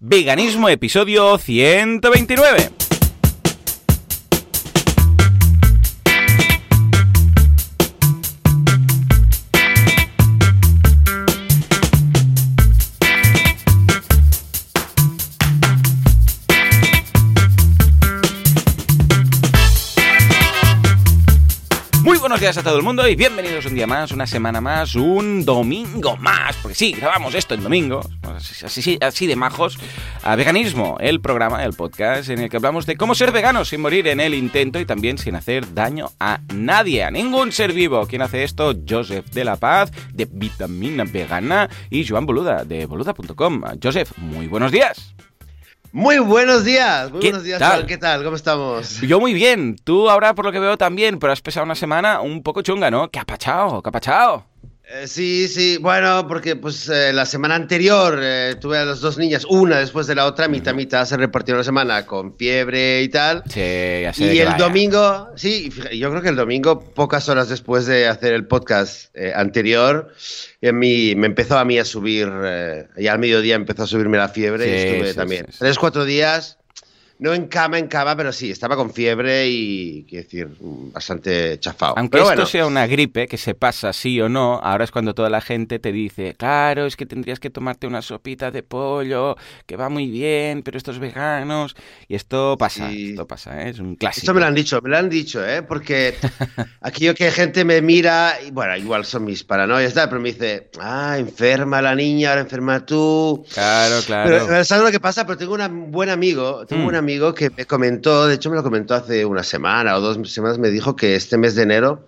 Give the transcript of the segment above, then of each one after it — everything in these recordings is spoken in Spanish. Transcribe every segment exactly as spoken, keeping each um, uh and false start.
Veganismo, episodio ciento veintinueve. Buenos días a todo el mundo y bienvenidos un día más, una semana más, un domingo más, porque sí, grabamos esto en domingo, así, así, así de majos, a Veganismo, el programa, el podcast en el que hablamos de cómo ser veganos sin morir en el intento y también sin hacer daño a nadie, a ningún ser vivo. ¿Quién hace esto? Joseph de la Paz, de Vitamina Vegana, y Joan Boluda, de boluda punto com. Joseph, muy buenos días. Muy buenos días, muy buenos días, tal? Juan, ¿qué tal? ¿Cómo estamos? Yo muy bien, tú ahora por lo que veo también, pero has pasado una semana un poco chunga, ¿no? ¿Qué ha pachado? ¿Qué ha pachado? Eh, sí, sí, bueno, porque pues eh, la semana anterior eh, tuve a las dos niñas, una después de la otra, mitad, mitad, se repartieron la semana con fiebre y tal. Sí, ya sé. Y el vaya. domingo, sí, yo creo que el domingo, pocas horas después de hacer el podcast eh, anterior, eh, mi, me empezó a mí a subir, eh, ya al mediodía empezó a subirme la fiebre Sí, y estuve sí, también sí, sí. tres, cuatro días. No en cama, en cama, pero sí, estaba con fiebre y, quiero decir, bastante chafado. Aunque pero esto bueno. sea una gripe que se pasa sí o no, ahora es cuando toda la gente te dice, claro, es que tendrías que tomarte una sopita de pollo, que va muy bien, pero estos veganos... Y esto pasa, Sí. esto pasa, ¿eh? Es un clásico. Esto me lo han dicho, me lo han dicho, ¿eh? Porque aquí yo que gente me mira, y bueno, igual son mis paranoias, tal, pero me dice, ah, enferma la niña, ahora enferma tú. Claro, claro. Pero, ¿sabes lo que pasa? Pero tengo un buen amigo, tengo Mm. un amigo que me comentó, de hecho me lo comentó hace una semana o dos semanas, me dijo que este mes de enero,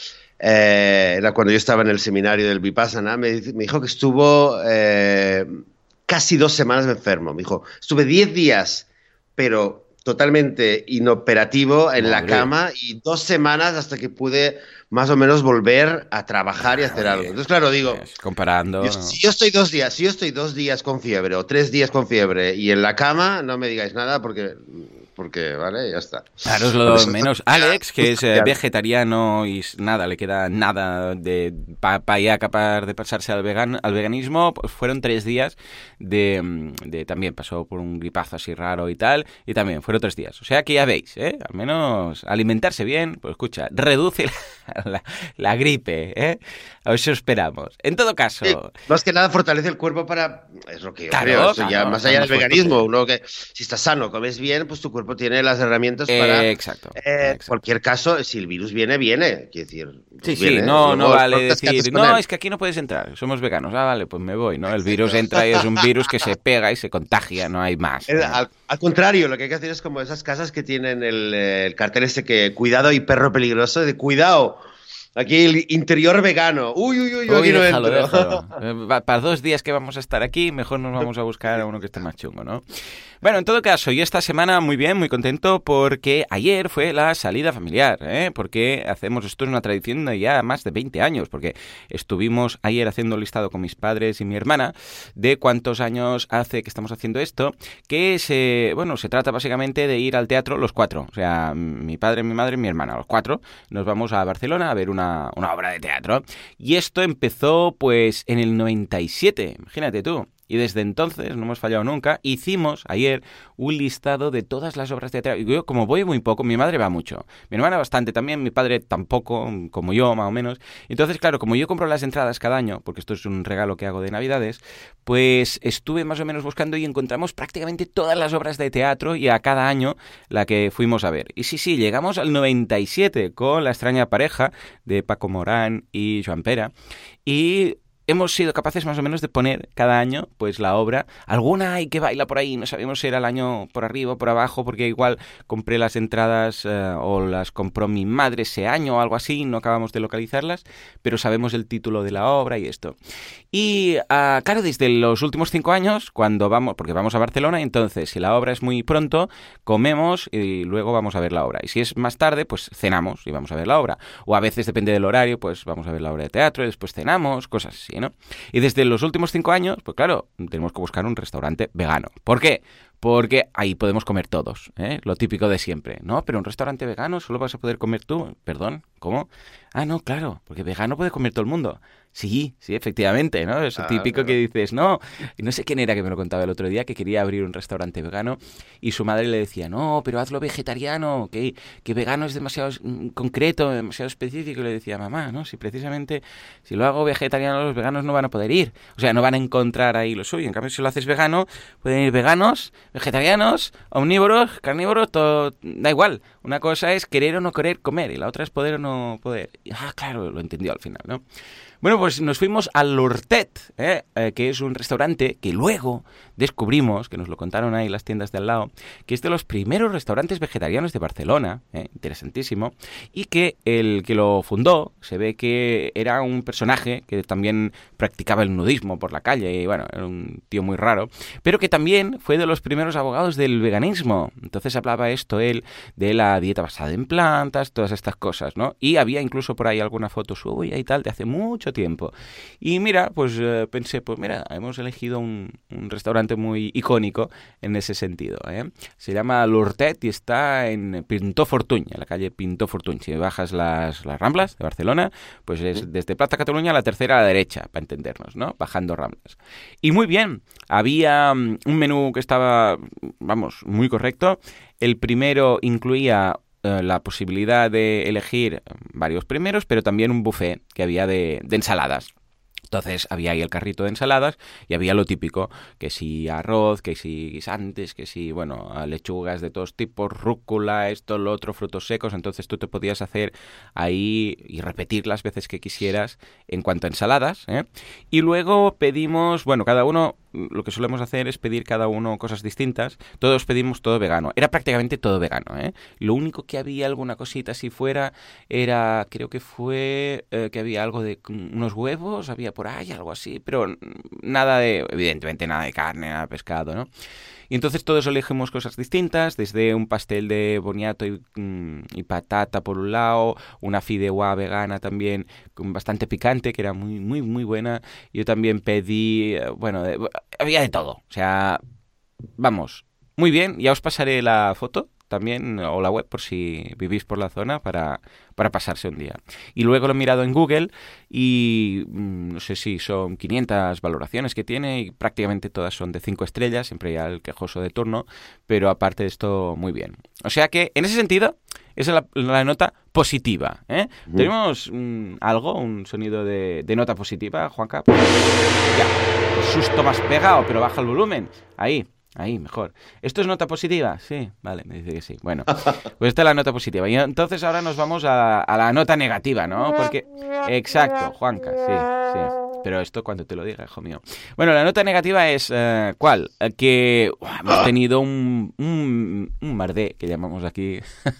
eh, era cuando yo estaba en el seminario del Vipassana, me, me dijo que estuvo eh, casi dos semanas enfermo. Me dijo, estuve diez días, pero totalmente inoperativo en la Madre. cama y dos semanas hasta que pude más o menos volver a trabajar y hacer algo. Entonces, claro, digo, Es comparando... yo- si yo estoy dos días, si yo estoy dos días con fiebre o tres días con fiebre y en la cama, no me digáis nada porque, porque vale, ya está. Claro, es lo Por eso- menos. Alex, que es eh, Ya. vegetariano y s- nada, le queda nada de para pa ya capaz de pasarse al vegan, al veganismo, pues fueron tres días de, mm, de también pasó por un gripazo así raro y tal, y también fueron tres días. O sea que ya veis, ¿eh? Al menos alimentarse bien, pues escucha, reduce la, la, la gripe, ¿eh? Eso esperamos. En todo caso... Sí, más que nada fortalece el cuerpo para... Es lo que yo Claro, creo, eso ya claro, más allá del estamos veganismo. fuertes. Uno que, si estás sano, comes bien, pues tu cuerpo tiene las herramientas Eh, para... exacto, eh, exacto. En cualquier caso, si el virus viene, viene. Quiero decir, Sí, pues sí, viene. no, no Luego vale te casas decir, con no, él. es que aquí no puedes entrar, somos veganos, ah, vale, pues me voy, ¿no? El virus entra y es un virus que se pega y se contagia, no hay más. Eh, ¿no? Al, al contrario, lo que hay que hacer es como esas casas que tienen el, eh, el cartel ese que cuidado y perro peligroso, de cuidado, aquí el interior vegano, uy, uy, uy, yo Uy, aquí no déjalo, entro. déjalo. Eh, va- Para dos días que vamos a estar aquí, mejor nos vamos a buscar a uno que esté más chungo, ¿no? Bueno, en todo caso, yo esta semana muy bien, muy contento, porque ayer fue la salida familiar, ¿eh? Porque hacemos, esto es una tradición de ya más de veinte años, porque estuvimos ayer haciendo un listado con mis padres y mi hermana de cuántos años hace que estamos haciendo esto, que se, bueno, se trata básicamente de ir al teatro los cuatro, o sea, mi padre, mi madre y mi hermana, los cuatro, nos vamos a Barcelona a ver una, una obra de teatro. Y esto empezó pues en el noventa y siete, imagínate tú. Y desde entonces, no hemos fallado nunca, hicimos ayer un listado de todas las obras de teatro. Y yo, como voy muy poco, mi madre va mucho, mi hermana bastante también, mi padre tampoco, como yo, más o menos. Entonces, claro, como yo compro las entradas cada año, porque esto es un regalo que hago de Navidades, pues estuve más o menos buscando y encontramos prácticamente todas las obras de teatro y a cada año la que fuimos a ver. Y sí, sí, llegamos al noventa y siete con La extraña pareja de Paco Morán y Joan Pera. Y hemos sido capaces más o menos de poner cada año pues la obra. Alguna hay que baila por ahí, no sabemos si era el año por arriba o por abajo, porque igual compré las entradas eh, o las compró mi madre ese año o algo así, no acabamos de localizarlas, pero sabemos el título de la obra y esto. Y uh, claro, desde los últimos cinco años, cuando vamos, porque vamos a Barcelona, entonces si la obra es muy pronto, comemos y luego vamos a ver la obra. Y si es más tarde, pues cenamos y vamos a ver la obra. O a veces, depende del horario, pues vamos a ver la obra de teatro y después cenamos, cosas así, ¿no? Y desde los últimos cinco años, pues claro, tenemos que buscar un restaurante vegano. ¿Por qué? porque ahí podemos comer todos, ¿eh? Lo típico de siempre. No, pero un restaurante vegano solo vas a poder comer tú. Perdón, ¿cómo? Ah, no, claro, porque vegano puede comer todo el mundo. Sí, sí, efectivamente, ¿no? Eso Ah, típico claro. que dices, no, y no sé quién era que me lo contaba el otro día, que quería abrir un restaurante vegano y su madre le decía, no, pero hazlo vegetariano, que, que vegano es demasiado mm, concreto, demasiado específico. Y le decía, mamá, ¿no? Si precisamente, si lo hago vegetariano, los veganos no van a poder ir. O sea, no van a encontrar ahí lo suyo. En cambio, si lo haces vegano, pueden ir veganos, vegetarianos, omnívoros, carnívoros, todo, da igual. Una cosa es querer o no querer comer y la otra es poder o no poder. Y, ah, claro, lo entendió al final, ¿no? Bueno, pues nos fuimos al L'Hortet, ¿eh? Eh, que es un restaurante que luego descubrimos, que nos lo contaron ahí las tiendas de al lado, que es de los primeros restaurantes vegetarianos de Barcelona, ¿eh? Interesantísimo, y que el que lo fundó se ve que era un personaje que también practicaba el nudismo por la calle, y bueno, era un tío muy raro, pero que también fue de los primeros abogados del veganismo. Entonces hablaba esto él de la dieta basada en plantas, todas estas cosas, ¿no? Y había incluso por ahí alguna foto suya y tal de hace mucho tiempo. Y mira, pues eh, pensé, pues mira, hemos elegido un, un restaurante muy icónico en ese sentido, ¿eh? Se llama L'Hortet y está en Pintor Fortuny, en la calle Pintor Fortuny. Si bajas las, las Ramblas de Barcelona, pues es desde Plaza Cataluña a la tercera a la derecha, para entendernos, ¿no? Bajando Ramblas. Y muy bien, había um, un menú que estaba, vamos, muy correcto. El primero incluía la posibilidad de elegir varios primeros, pero también un buffet que había de, de ensaladas. Entonces había ahí el carrito de ensaladas y había lo típico, que si arroz, que si guisantes, que si, bueno, lechugas de todos tipos, rúcula, esto, lo otro, frutos secos. Entonces tú te podías hacer ahí y repetir las veces que quisieras en cuanto a ensaladas, ¿eh? Y luego pedimos, bueno, cada uno, lo que solemos hacer es pedir cada uno cosas distintas. Todos pedimos todo vegano. Era prácticamente todo vegano, ¿eh? Lo único que había alguna cosita así fuera era, creo que fue eh, que había algo de unos huevos, había por ahí algo así, pero nada de, evidentemente nada de carne, nada de pescado, ¿no? Y entonces todos elegimos cosas distintas, desde un pastel de boniato y, y patata por un lado, una fideuá vegana también con bastante picante, que era muy, muy, muy buena. Yo también pedí, bueno, de, había de todo. O sea, vamos, muy bien. Ya os pasaré la foto también, o la web, por si vivís por la zona, para, para pasarse un día. Y luego lo he mirado en Google y mmm, no sé si son quinientas valoraciones que tiene y prácticamente todas son de cinco estrellas, siempre hay el quejoso de turno, pero aparte de esto, muy bien. O sea que, en ese sentido, esa es la, la nota positiva, ¿eh? Uh-huh. ¿Tenemos mmm, algo, un sonido de, de nota positiva, Juanca? Pues, ya, el susto más pegado, pero baja el volumen. Ahí. Ahí, mejor. ¿Esto es nota positiva? Sí, vale, me dice que sí. Bueno, pues esta es la nota positiva. Y entonces ahora nos vamos a, a la nota negativa, ¿no? Porque, exacto, Juanca, sí, sí. Pero esto cuando te lo diga, hijo mío. Bueno, la nota negativa es, uh, ¿cuál? Uh, que uh, hemos tenido un, un, un mardé, que llamamos aquí,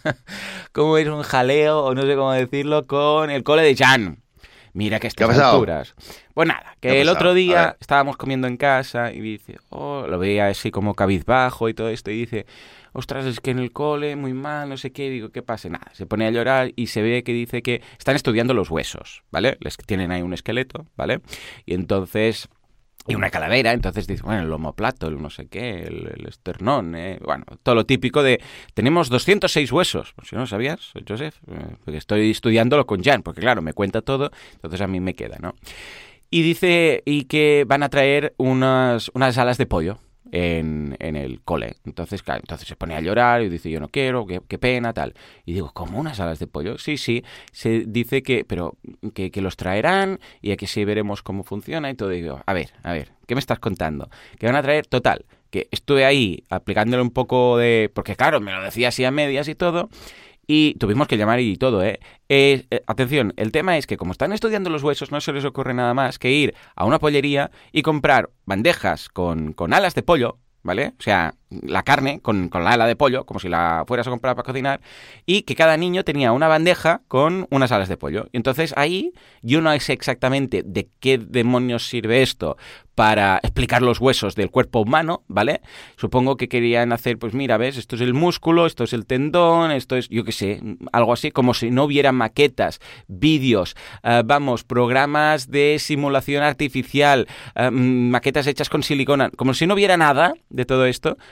como es un jaleo, o no sé cómo decirlo, con el cole de Jan. Mira que estas alturas. Pues nada, que el otro día estábamos comiendo en casa y dice, oh, lo veía así como cabizbajo y todo esto, y dice, ostras, es que en el cole muy mal, no sé qué, digo, ¿qué pasa? Nada, se pone a llorar y se ve que dice que están estudiando los huesos, ¿vale? Les tienen ahí un esqueleto, ¿vale? Y entonces... Y una calavera, entonces dice, bueno, el omoplato, el no sé qué, el, el esternón, eh, bueno, todo lo típico de... Tenemos doscientos seis huesos, por si no lo sabías, Joseph, eh, porque estoy estudiándolo con Jan, porque claro, me cuenta todo, entonces a mí me queda, ¿no? Y dice, y que van a traer unas, unas alas de pollo en, en el cole. Entonces, claro, entonces se pone a llorar y dice, yo no quiero, qué, qué pena, tal. Y digo, ¿cómo unas alas de pollo? Sí, sí, se dice que, pero que, que los traerán y aquí sí veremos cómo funciona y todo. Y digo, a ver, a ver, ¿qué me estás contando? Que van a traer, total, que estuve ahí aplicándole un poco de... Porque claro, me lo decía así a medias y todo... Y tuvimos que llamar y todo, ¿eh? Eh, ¿eh? Atención, el tema es que como están estudiando los huesos, no se les ocurre nada más que ir a una pollería y comprar bandejas con, con alas de pollo, ¿vale? O sea, la carne con, con la ala de pollo, como si la fueras a comprar para cocinar, y que cada niño tenía una bandeja con unas alas de pollo. Y entonces ahí yo no sé exactamente de qué demonios sirve esto para explicar los huesos del cuerpo humano, ¿vale? Supongo que querían hacer, pues mira, ¿ves? Esto es el músculo, esto es el tendón, esto es, yo qué sé, algo así, como si no hubiera maquetas, vídeos, uh, vamos, programas de simulación artificial, uh, maquetas hechas con silicona, como si no hubiera nada de todo esto,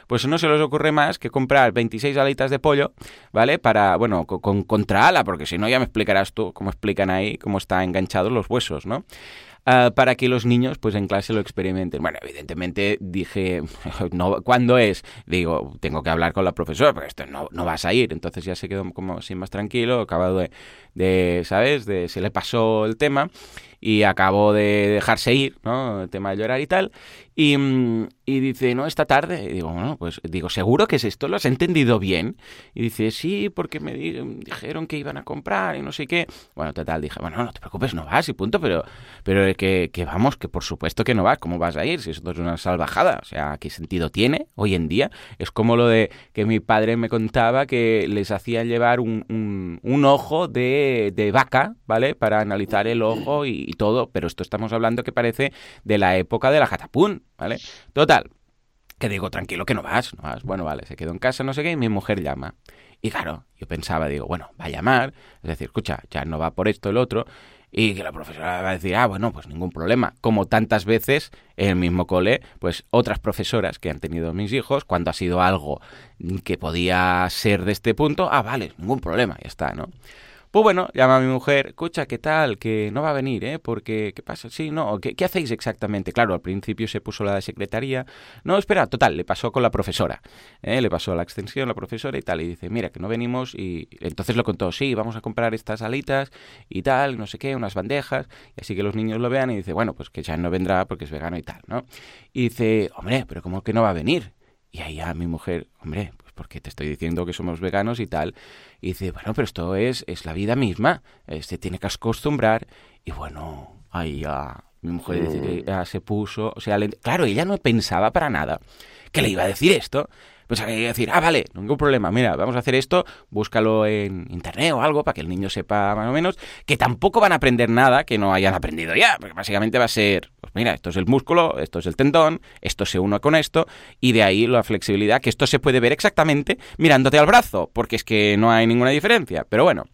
pues no se les ocurre más que comprar veintiséis alitas de pollo, ¿vale? Para, bueno, con, con contra ala, porque si no ya me explicarás tú cómo explican ahí, cómo están enganchados los huesos, ¿no? Uh, para que los niños pues en clase lo experimenten. Bueno, evidentemente dije, no, ¿cuándo es? Digo, tengo que hablar con la profesora, porque esto no, no vas a ir. Entonces ya se quedó como así más tranquilo, acabado de, de, ¿sabes? De, se le pasó el tema y acabó de dejarse ir, ¿no? El tema de llorar y tal. Y, y dice, no, esta tarde. Y digo, bueno, pues digo, ¿seguro que es esto? ¿Lo has entendido bien? Y dice, sí, porque me di- dijeron que iban a comprar y no sé qué. Bueno, total, dije, bueno, no te preocupes, no vas y punto, pero, pero que, que vamos, que por supuesto que no vas. ¿Cómo vas a ir? Si esto es una salvajada. O sea, ¿qué sentido tiene hoy en día? Es como lo de que mi padre me contaba que les hacían llevar un, un, un ojo de, de vaca, ¿vale? Para analizar el ojo y, y todo, pero esto estamos hablando que parece de la época de la Jatapún, ¿vale? Total, que digo, tranquilo que no vas, no vas. Bueno, vale, se quedó en casa, no sé qué, y mi mujer llama. Y claro, yo pensaba, digo, bueno, va a llamar, es decir, escucha, ya no va por esto, el otro, y que la profesora va a decir, ah, bueno, pues ningún problema. Como tantas veces en el mismo cole, pues otras profesoras que han tenido mis hijos, cuando ha sido algo que podía ser de este punto, ah, vale, ningún problema, ya está, ¿no? Pues bueno, llama a mi mujer, escucha, ¿qué tal? Que no va a venir, ¿eh? Porque, ¿qué pasa? Sí, no, ¿qué, qué hacéis exactamente? Claro, al principio se puso la de secretaría. No, espera, total, le pasó con la profesora. ¿eh? Le pasó a la extensión, la profesora y tal. Y dice, mira, que no venimos. Y entonces lo contó, sí, vamos a comprar estas alitas y tal, no sé qué, unas bandejas. Y así que los niños lo vean y dice, bueno, pues que ya no vendrá porque es vegano y tal, ¿no? Y dice, hombre, pero ¿cómo que no va a venir? Y ahí a mi mujer, hombre, pues porque te estoy diciendo que somos veganos y tal. Y dice, bueno, pero esto es, es la vida misma, eh, se tiene que acostumbrar. Y bueno, ahí ya mi mujer dice que ya se puso, o sea, le- claro, ella no pensaba para nada que le iba a decir esto. Pues que iba a decir, ah, vale, ningún problema, mira, vamos a hacer esto, búscalo en internet o algo para que el niño sepa más o menos, que tampoco van a aprender nada que no hayan aprendido ya, porque básicamente va a ser, pues mira, esto es el músculo, esto es el tendón, esto se une con esto, y de ahí la flexibilidad, que esto se puede ver exactamente mirándote al brazo, porque es que no hay ninguna diferencia, pero bueno.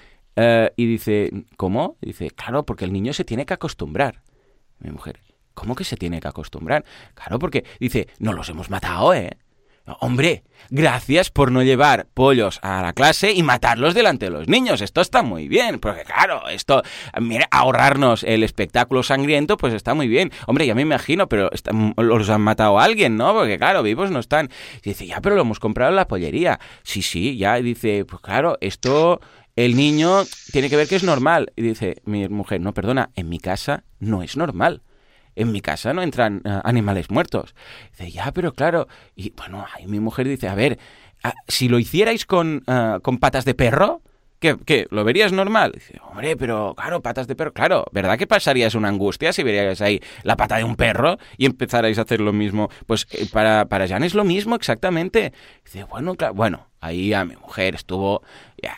Eh, y dice, ¿cómo? Y dice, claro, porque el niño se tiene que acostumbrar. Mi mujer, ¿cómo que se tiene que acostumbrar? Claro, porque dice, no los hemos matado, ¿eh? Hombre, gracias por no llevar pollos a la clase y matarlos delante de los niños. Esto está muy bien, porque claro, esto, mira, ahorrarnos el espectáculo sangriento, pues está muy bien. Hombre, ya me imagino, pero está, los han matado a alguien, ¿no? Porque claro, vivos no están. Y dice, ya, pero lo hemos comprado en la pollería. Sí, sí, ya. Y dice, pues claro, esto, el niño tiene que ver que es normal. Y dice mi mujer, no, perdona, en mi casa no es normal. En mi casa no entran uh, animales muertos. Dice, ya, pero claro. Y bueno, ahí mi mujer dice, a ver, uh, si lo hicierais con, uh, con patas de perro, ¿qué, ¿qué? ¿Lo verías normal? Dice, hombre, pero claro, patas de perro, claro. ¿Verdad que pasarías una angustia si veríais ahí la pata de un perro y empezarais a hacer lo mismo? Pues eh, para, para Jan es lo mismo exactamente. Dice, bueno, claro, bueno, ahí a mi mujer estuvo... Ya,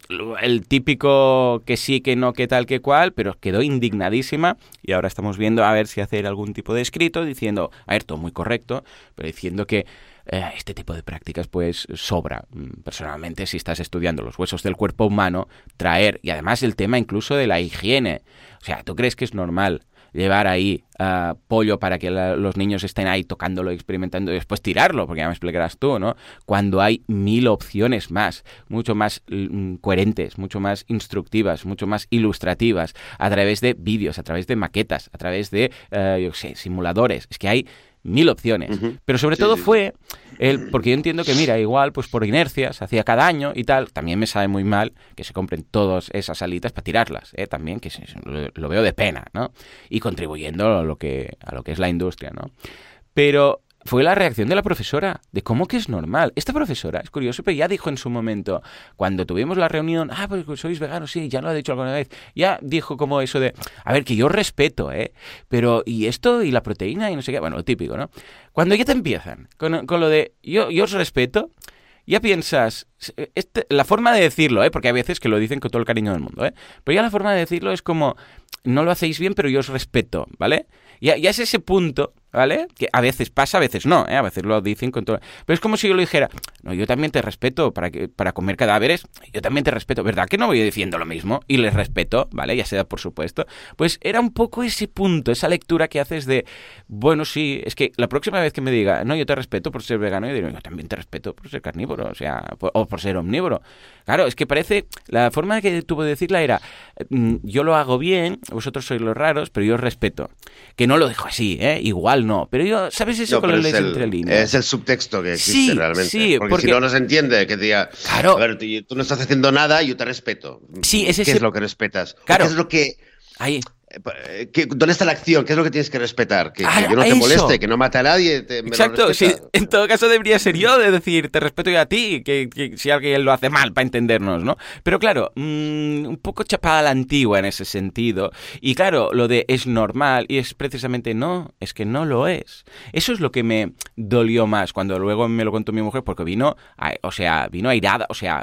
el típico que sí, que no, que tal, que cual, pero quedó indignadísima y ahora estamos viendo a ver si hacer algún tipo de escrito diciendo, a ver, todo muy correcto, pero diciendo que eh, este tipo de prácticas pues sobra. Personalmente, si estás estudiando los huesos del cuerpo humano, traer, y además el tema incluso de la higiene, o sea, ¿tú crees que es normal llevar ahí uh, pollo para que la, los niños estén ahí tocándolo, experimentando y después tirarlo? Porque ya me explicarás tú, ¿no? Cuando hay mil opciones más, mucho más mm, coherentes, mucho más instructivas, mucho más ilustrativas, a través de vídeos, a través de maquetas, a través de, uh, yo qué sé, simuladores. Es que hay mil opciones. Uh-huh. Pero sobre sí, todo sí, fue el, porque yo entiendo que, mira, igual, pues por inercia, se hacía cada año y tal. También me sabe muy mal que se compren todas esas alitas para tirarlas, ¿eh? También, que se, lo, lo veo de pena, ¿no? Y contribuyendo a lo que, a lo que es la industria, ¿no? Pero fue la reacción de la profesora, de cómo que es normal. Esta profesora, es curioso, pero ya dijo en su momento, cuando tuvimos la reunión, ah, pues sois veganos, sí, ya lo ha dicho alguna vez, ya dijo como eso de, a ver, que yo respeto, ¿eh? Pero, ¿y esto? ¿Y la proteína? Y no sé qué, bueno, lo típico, ¿no? Cuando ya te empiezan con, con lo de, yo, yo os respeto, ya piensas, este, la forma de decirlo, ¿eh? Porque hay veces que lo dicen con todo el cariño del mundo, ¿eh? Pero ya la forma de decirlo es como, no lo hacéis bien, pero yo os respeto, ¿vale? Ya, ya es ese punto, ¿vale? Que a veces pasa, a veces no, ¿eh? A veces lo dicen con todo... Pero es como si yo le dijera, no, yo también te respeto para, que, para comer cadáveres, yo también te respeto, ¿verdad que no voy diciendo lo mismo? Y les respeto, ¿vale? Ya sea por supuesto. Pues era un poco ese punto, esa lectura que haces de, bueno, sí, es que la próxima vez que me diga, no, yo te respeto por ser vegano, yo digo, yo también te respeto por ser carnívoro, o sea, por, o por ser omnívoro. Claro, es que parece, la forma que tuvo de decirla era, yo lo hago bien, vosotros sois los raros, pero yo os respeto. Que no lo dijo así, ¿eh? Igual no, pero yo, ¿sabes eso no, con lo lees entre líneas? Es el subtexto que existe sí, realmente. Sí, porque, porque si no, no se entiende que te diga, claro, a ver, tú no estás haciendo nada, yo te respeto. Sí, es ese... ¿Qué es lo que respetas? Claro. ¿Qué es lo que... Ahí... ¿Qué, ¿Dónde está la acción? ¿Qué es lo que tienes que respetar? Que, ah, que yo no te eso. moleste, que no mate a nadie. Te, me Exacto, lo sí, en todo caso debería ser yo de decir, te respeto yo a ti, que, que si alguien lo hace mal para entendernos, ¿no? Pero claro, mmm, un poco chapada a la antigua en ese sentido. Y claro, lo de es normal, y es precisamente no, es que no lo es. Eso es lo que me dolió más cuando luego me lo contó mi mujer, porque vino, a, o sea, vino airada, o sea,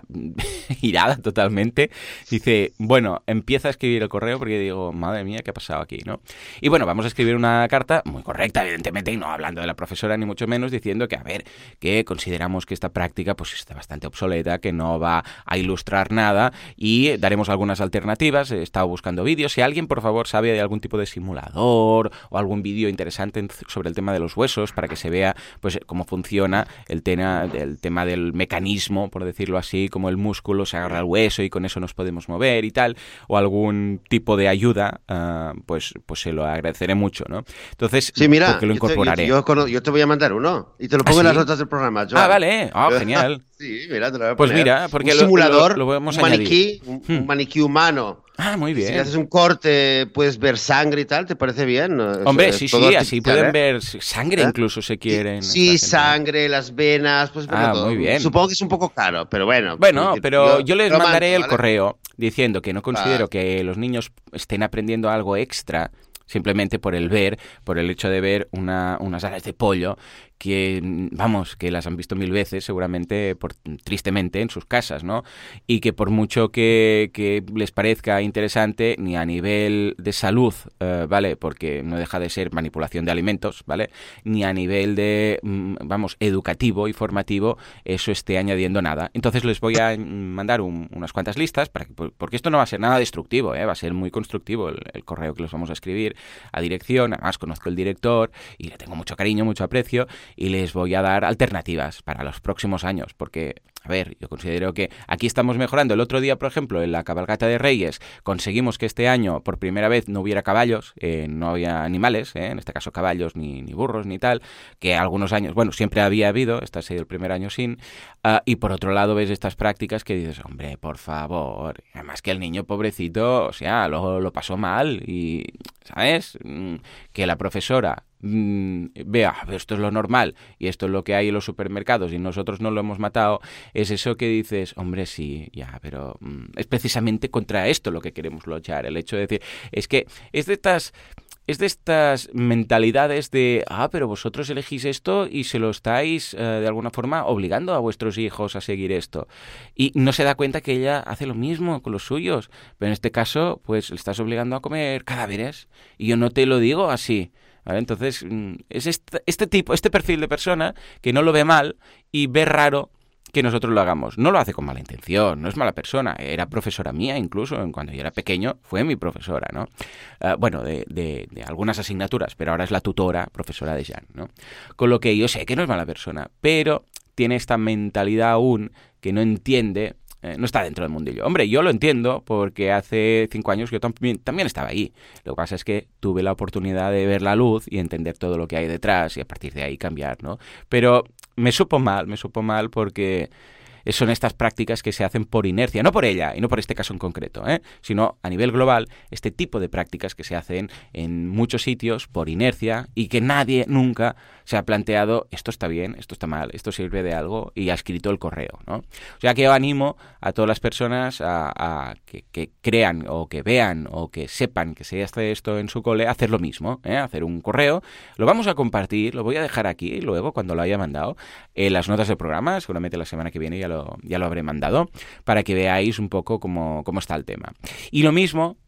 irada totalmente. Dice, bueno, empieza a escribir el correo porque digo, madre mía, ¿qué ha pasado aquí, no? Y bueno, vamos a escribir una carta muy correcta, evidentemente, y no hablando de la profesora ni mucho menos, diciendo que, a ver, que consideramos que esta práctica pues está bastante obsoleta, que no va a ilustrar nada y daremos algunas alternativas. He estado buscando vídeos. Si alguien, por favor, sabe de algún tipo de simulador o algún vídeo interesante sobre el tema de los huesos para que se vea pues cómo funciona el tema, el tema del mecanismo, por decirlo así, como el músculo se agarra al hueso y con eso nos podemos mover y tal, o algún tipo de ayuda, uh, pues pues se lo agradeceré mucho, ¿no? Entonces, sí, mira, porque lo incorporaré. Yo te, yo, yo te voy a mandar uno y te lo pongo ¿Ah, en sí? las notas del programa, Joan. Ah, vale. Ah, oh, genial. Sí, mira, te lo voy a poner. Pues mira, porque un lo, simulador, lo, lo podemos un maniquí, añadir. un, Hmm. un maniquí humano. Ah, muy bien. Si le haces un corte, puedes ver sangre y tal, ¿te parece bien? Hombre, es, sí, es sí, así pueden ¿eh? ver sangre ¿Eh? Incluso si quieren. Sí, sangre, las venas, pues ah, todo. Muy bien. Supongo que es un poco caro, pero bueno. Bueno, pero yo, yo les mandaré mando, el ¿vale? correo diciendo que no considero vale. que los niños estén aprendiendo algo extra simplemente por el ver, por el hecho de ver una, unas alas de pollo que, vamos, que las han visto mil veces seguramente, por, tristemente, en sus casas, ¿no? Y que por mucho que, que les parezca interesante, ni a nivel de salud, eh, ¿vale? Porque no deja de ser manipulación de alimentos, ¿vale? Ni a nivel de, vamos, educativo y formativo, eso esté añadiendo nada. Entonces les voy a mandar un, unas cuantas listas, para que, porque esto no va a ser nada destructivo, ¿eh? Va a ser muy constructivo el, el correo que les vamos a escribir a dirección. Además conozco el director y le tengo mucho cariño, mucho aprecio, y les voy a dar alternativas para los próximos años, porque, a ver, yo considero que aquí estamos mejorando. El otro día, por ejemplo, en la cabalgata de Reyes, conseguimos que este año, por primera vez, no hubiera caballos, eh, no había animales, eh, en este caso caballos, ni, ni burros, ni tal, que algunos años, bueno, siempre había habido, este ha sido el primer año sin, uh, y por otro lado ves estas prácticas que dices, hombre, por favor, además que el niño pobrecito, o sea, lo, lo pasó mal, y, ¿sabes? Que la profesora mmm, vea, esto es lo normal y esto es lo que hay en los supermercados y nosotros no lo hemos matado, es eso que dices, hombre, sí, ya, pero mmm, es precisamente contra esto lo que queremos luchar, el hecho de decir, es que es de estas... Es de estas mentalidades de, ah, pero vosotros elegís esto y se lo estáis, eh, de alguna forma, obligando a vuestros hijos a seguir esto. Y no se da cuenta que ella hace lo mismo con los suyos. Pero en este caso, pues, le estás obligando a comer cadáveres. Y yo no te lo digo así. ¿Vale? Entonces, es este, este tipo, este perfil de persona que no lo ve mal y ve raro que nosotros lo hagamos. No lo hace con mala intención, no es mala persona. Era profesora mía, incluso cuando yo era pequeño, fue mi profesora, ¿no? Uh, bueno, de, de, de algunas asignaturas, pero ahora es la tutora, profesora de Jan, ¿no? Con lo que yo sé que no es mala persona, pero tiene esta mentalidad aún que no entiende, eh, no está dentro del mundillo. Hombre, yo lo entiendo porque hace cinco años yo también, también estaba ahí. Lo que pasa es que tuve la oportunidad de ver la luz y entender todo lo que hay detrás y a partir de ahí cambiar, ¿no? Pero me supo mal, me supo mal porque son estas prácticas que se hacen por inercia, no por ella y no por este caso en concreto, ¿eh? Sino a nivel global, este tipo de prácticas que se hacen en muchos sitios por inercia y que nadie nunca se ha planteado esto está bien, esto está mal, esto sirve de algo y ha escrito el correo, ¿no? O sea que yo animo a todas las personas a, a que, que crean o que vean o que sepan que se hace esto en su cole, a hacer lo mismo, ¿eh? Hacer un correo, lo vamos a compartir, lo voy a dejar aquí luego cuando lo haya mandado en las notas del programa, seguramente la semana que viene ya lo, ya lo habré mandado, para que veáis un poco cómo, cómo está el tema. Y lo mismo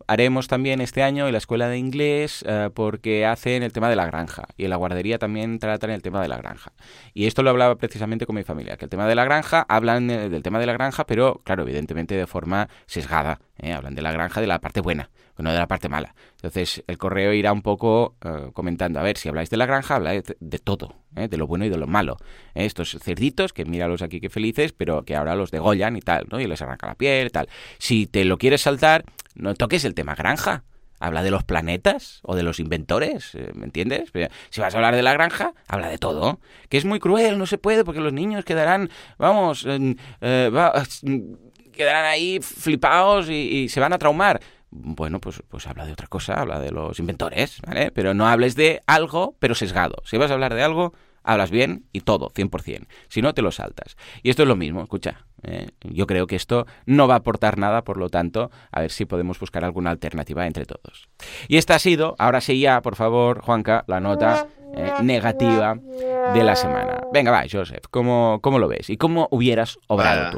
haremos también este año en la escuela de inglés uh, porque hacen el tema de la granja y en la guardería también tratan el tema de la granja. Y esto lo hablaba precisamente con mi familia, que el tema de la granja, hablan del tema de la granja, pero claro, evidentemente de forma sesgada. ¿eh? Hablan de la granja de la parte buena, no de la parte mala. Entonces el correo irá un poco uh, comentando, a ver, si habláis de la granja, habláis de, de todo, ¿eh? De lo bueno y de lo malo. ¿eh? Estos cerditos, que míralos aquí qué felices, pero que ahora los degollan y tal, ¿no? Y les arranca la piel y tal. Si te lo quieres saltar, no toques el tema granja. Habla de los planetas o de los inventores, ¿me entiendes? Si vas a hablar de la granja, habla de todo. Que es muy cruel, no se puede, porque los niños quedarán, vamos, eh, eh, va, quedarán ahí flipados y, y se van a traumar. Bueno, pues, pues habla de otra cosa, habla de los inventores, ¿vale? Pero no hables de algo, pero sesgado. Si vas a hablar de algo, hablas bien y todo, cien por ciento. Si no, te lo saltas. Y esto es lo mismo, escucha. Eh, yo creo que esto no va a aportar nada, por lo tanto, a ver si podemos buscar alguna alternativa entre todos. Y esta ha sido, ahora sí ya, por favor, Juanca, la nota eh, negativa de la semana. Venga, va, Joseph, ¿cómo, cómo lo ves? ¿Y cómo hubieras obrado Vaya. tú?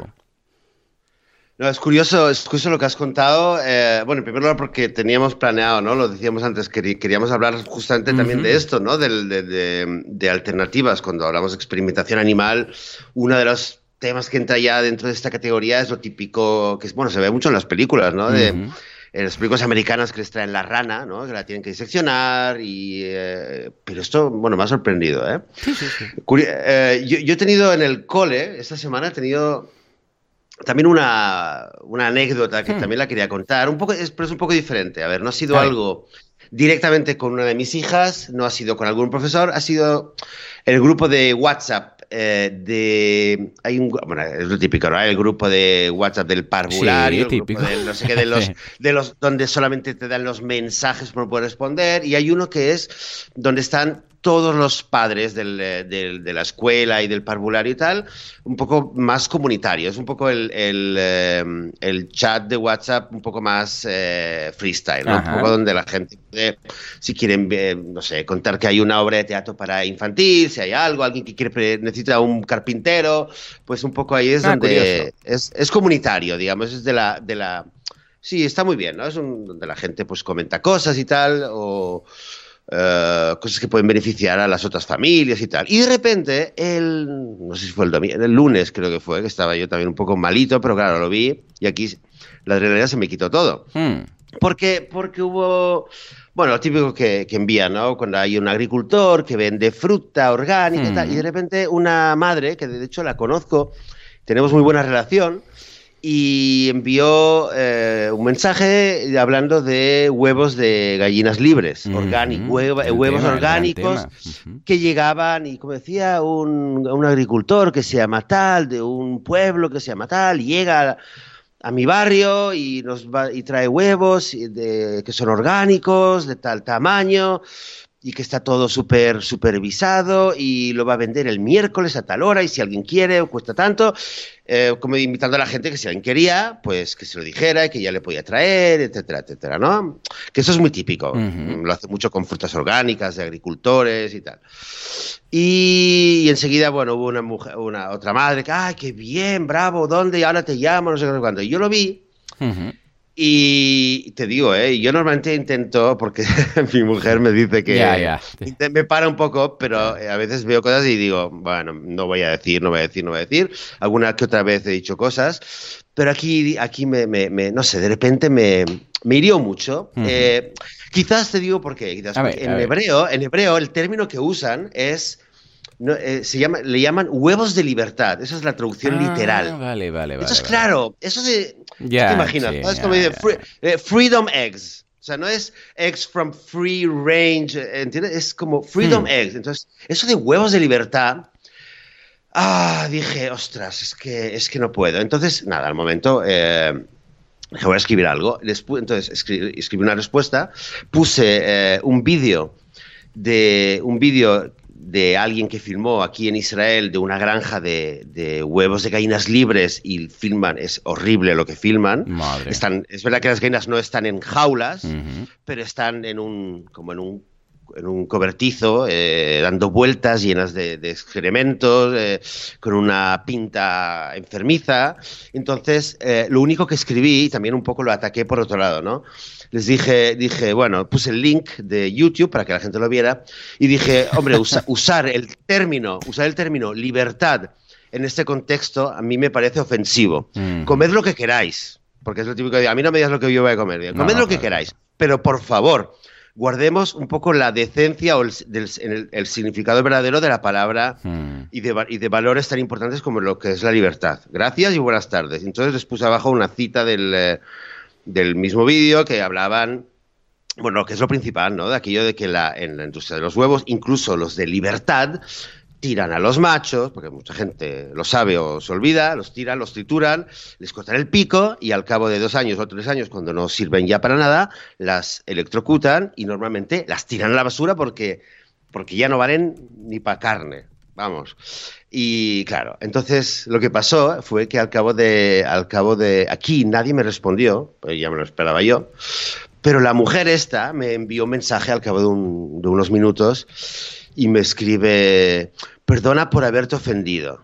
No, es curioso, es curioso lo que has contado. Eh, bueno, en primer lugar porque teníamos planeado, ¿no? Lo decíamos antes, querí, queríamos hablar justamente uh-huh. también de esto, ¿no? De, de, de, de alternativas. Cuando hablamos de experimentación animal, uno de los temas que entra ya dentro de esta categoría es lo típico, que es, bueno, se ve mucho en las películas, ¿no? De, uh-huh. En las películas americanas que les traen la rana, ¿no? Que la tienen que diseccionar y... Eh, pero esto, bueno, me ha sorprendido, ¿eh? Sí, sí, sí. Curi- eh yo, yo he tenido en el cole, esta semana he tenido... También una, una anécdota que hmm. también la quería contar, un poco, es, pero es un poco diferente. A ver, no ha sido Ay. algo directamente con una de mis hijas, no ha sido con algún profesor, ha sido el grupo de WhatsApp eh, de... Hay un, bueno, es lo típico, ¿no? El grupo de WhatsApp del parvulario, sí, el grupo de, no sé qué, de los, de los, donde solamente te dan los mensajes para poder responder, y hay uno que es donde están todos los padres del, del, de la escuela y del parvulario y tal, un poco más comunitario, es un poco el, el, eh, el chat de WhatsApp un poco más eh, freestyle, ¿no? Un poco donde la gente puede, si quieren, eh, no sé, contar que hay una obra de teatro para infantil, si hay algo, alguien que quiere necesita un carpintero, pues un poco ahí es ah, donde es, es comunitario, digamos, es de la... De la sí, está muy bien, ¿no? Es un, donde la gente pues comenta cosas y tal, o... Uh, cosas que pueden beneficiar a las otras familias y tal. Y de repente, el, no sé si fue el domingo, el lunes creo que fue, que estaba yo también un poco malito, pero claro, lo vi y aquí la adrenalina se me quitó todo. Mm. Porque, porque hubo, bueno, lo típico que, que envían, ¿no? Cuando hay un agricultor que vende fruta orgánica mm. y tal, y de repente una madre, que de hecho la conozco, tenemos muy buena relación, y envió eh, un mensaje hablando de huevos de gallinas libres, uh-huh. orgánicos, huevo, huevos tema, orgánicos uh-huh. que llegaban, y como decía un, un agricultor que se llama tal, de un pueblo que se llama tal, llega a, a mi barrio y nos va, y trae huevos de, que son orgánicos, de tal tamaño, y que está todo súper supervisado y lo va a vender el miércoles a tal hora y si alguien quiere cuesta tanto, eh, como invitando a la gente que si alguien quería, pues que se lo dijera y que ya le podía traer, etcétera, etcétera, ¿no? Que eso es muy típico, uh-huh. lo hace mucho con frutas orgánicas de agricultores y tal. Y, y enseguida, bueno, hubo una mujer, una otra madre que, ¡ay, qué bien, bravo! ¿Dónde? Y ahora te llamo, no sé cuándo. Y yo lo vi. Uh-huh. Y te digo, ¿eh? Yo normalmente intento, porque mi mujer me dice que yeah, yeah. me para un poco, pero a veces veo cosas y digo, bueno, no voy a decir, no voy a decir, no voy a decir. Alguna que otra vez he dicho cosas, pero aquí, aquí me, me, me no sé, de repente me, me hirió mucho. Uh-huh. eh, quizás te digo por qué. Quizás a porque ver, en, a hebreo, ver. en hebreo el término que usan es... No, eh, se llama, le llaman huevos de libertad. Esa es la traducción ah, literal. Vale, vale, vale. Eso es vale. claro. Eso de... Yeah, ¿te imaginas? sí, ¿no? Es yeah, como dice yeah. free, eh, freedom eggs. O sea, no es eggs from free range, ¿entiendes? Es como freedom hmm. eggs. Entonces, eso de huevos de libertad... Ah, dije, ostras, es que, es que no puedo. Entonces, nada, al momento... Eh, voy a escribir algo. Entonces, escribí, escribí una respuesta. Puse eh, un vídeo de... Un vídeo... de alguien que filmó aquí en Israel de una granja de, de huevos de gallinas libres y filman, es horrible lo que filman. Están, es verdad que las gallinas no están en jaulas, uh-huh. pero están en un, como en un en un cobertizo, eh, dando vueltas llenas de, de excrementos, eh, con una pinta enfermiza. Entonces, eh, lo único que escribí, y también un poco lo ataqué por otro lado, ¿no? Les dije, dije, bueno, puse el link de YouTube para que la gente lo viera y dije, hombre, usa, usar el término, usar el término libertad en este contexto a mí me parece ofensivo. Mm. Comed lo que queráis, porque es lo típico de, a mí no me digas lo que yo voy a comer, comed no, no, lo que claro. queráis, pero por favor, guardemos un poco la decencia o el, del, el, el significado verdadero de la palabra hmm. y, de, y de valores tan importantes como lo que es la libertad. Gracias y buenas tardes. Entonces les puse abajo una cita del, eh, del mismo vídeo que hablaban, bueno, que es lo principal, ¿no? De aquello de que la, en la industria de los huevos, incluso los de libertad, tiran a los machos, porque mucha gente lo sabe o se olvida, los tiran, los trituran, les cortan el pico y al cabo de dos años o tres años, cuando no sirven ya para nada, las electrocutan y normalmente las tiran a la basura porque, porque ya no valen ni para carne, vamos. Y claro, entonces lo que pasó fue que al cabo de, al cabo de aquí nadie me respondió, pues ya me lo esperaba yo, pero la mujer esta me envió un mensaje al cabo de, un, de unos minutos y me escribe, perdona por haberte ofendido.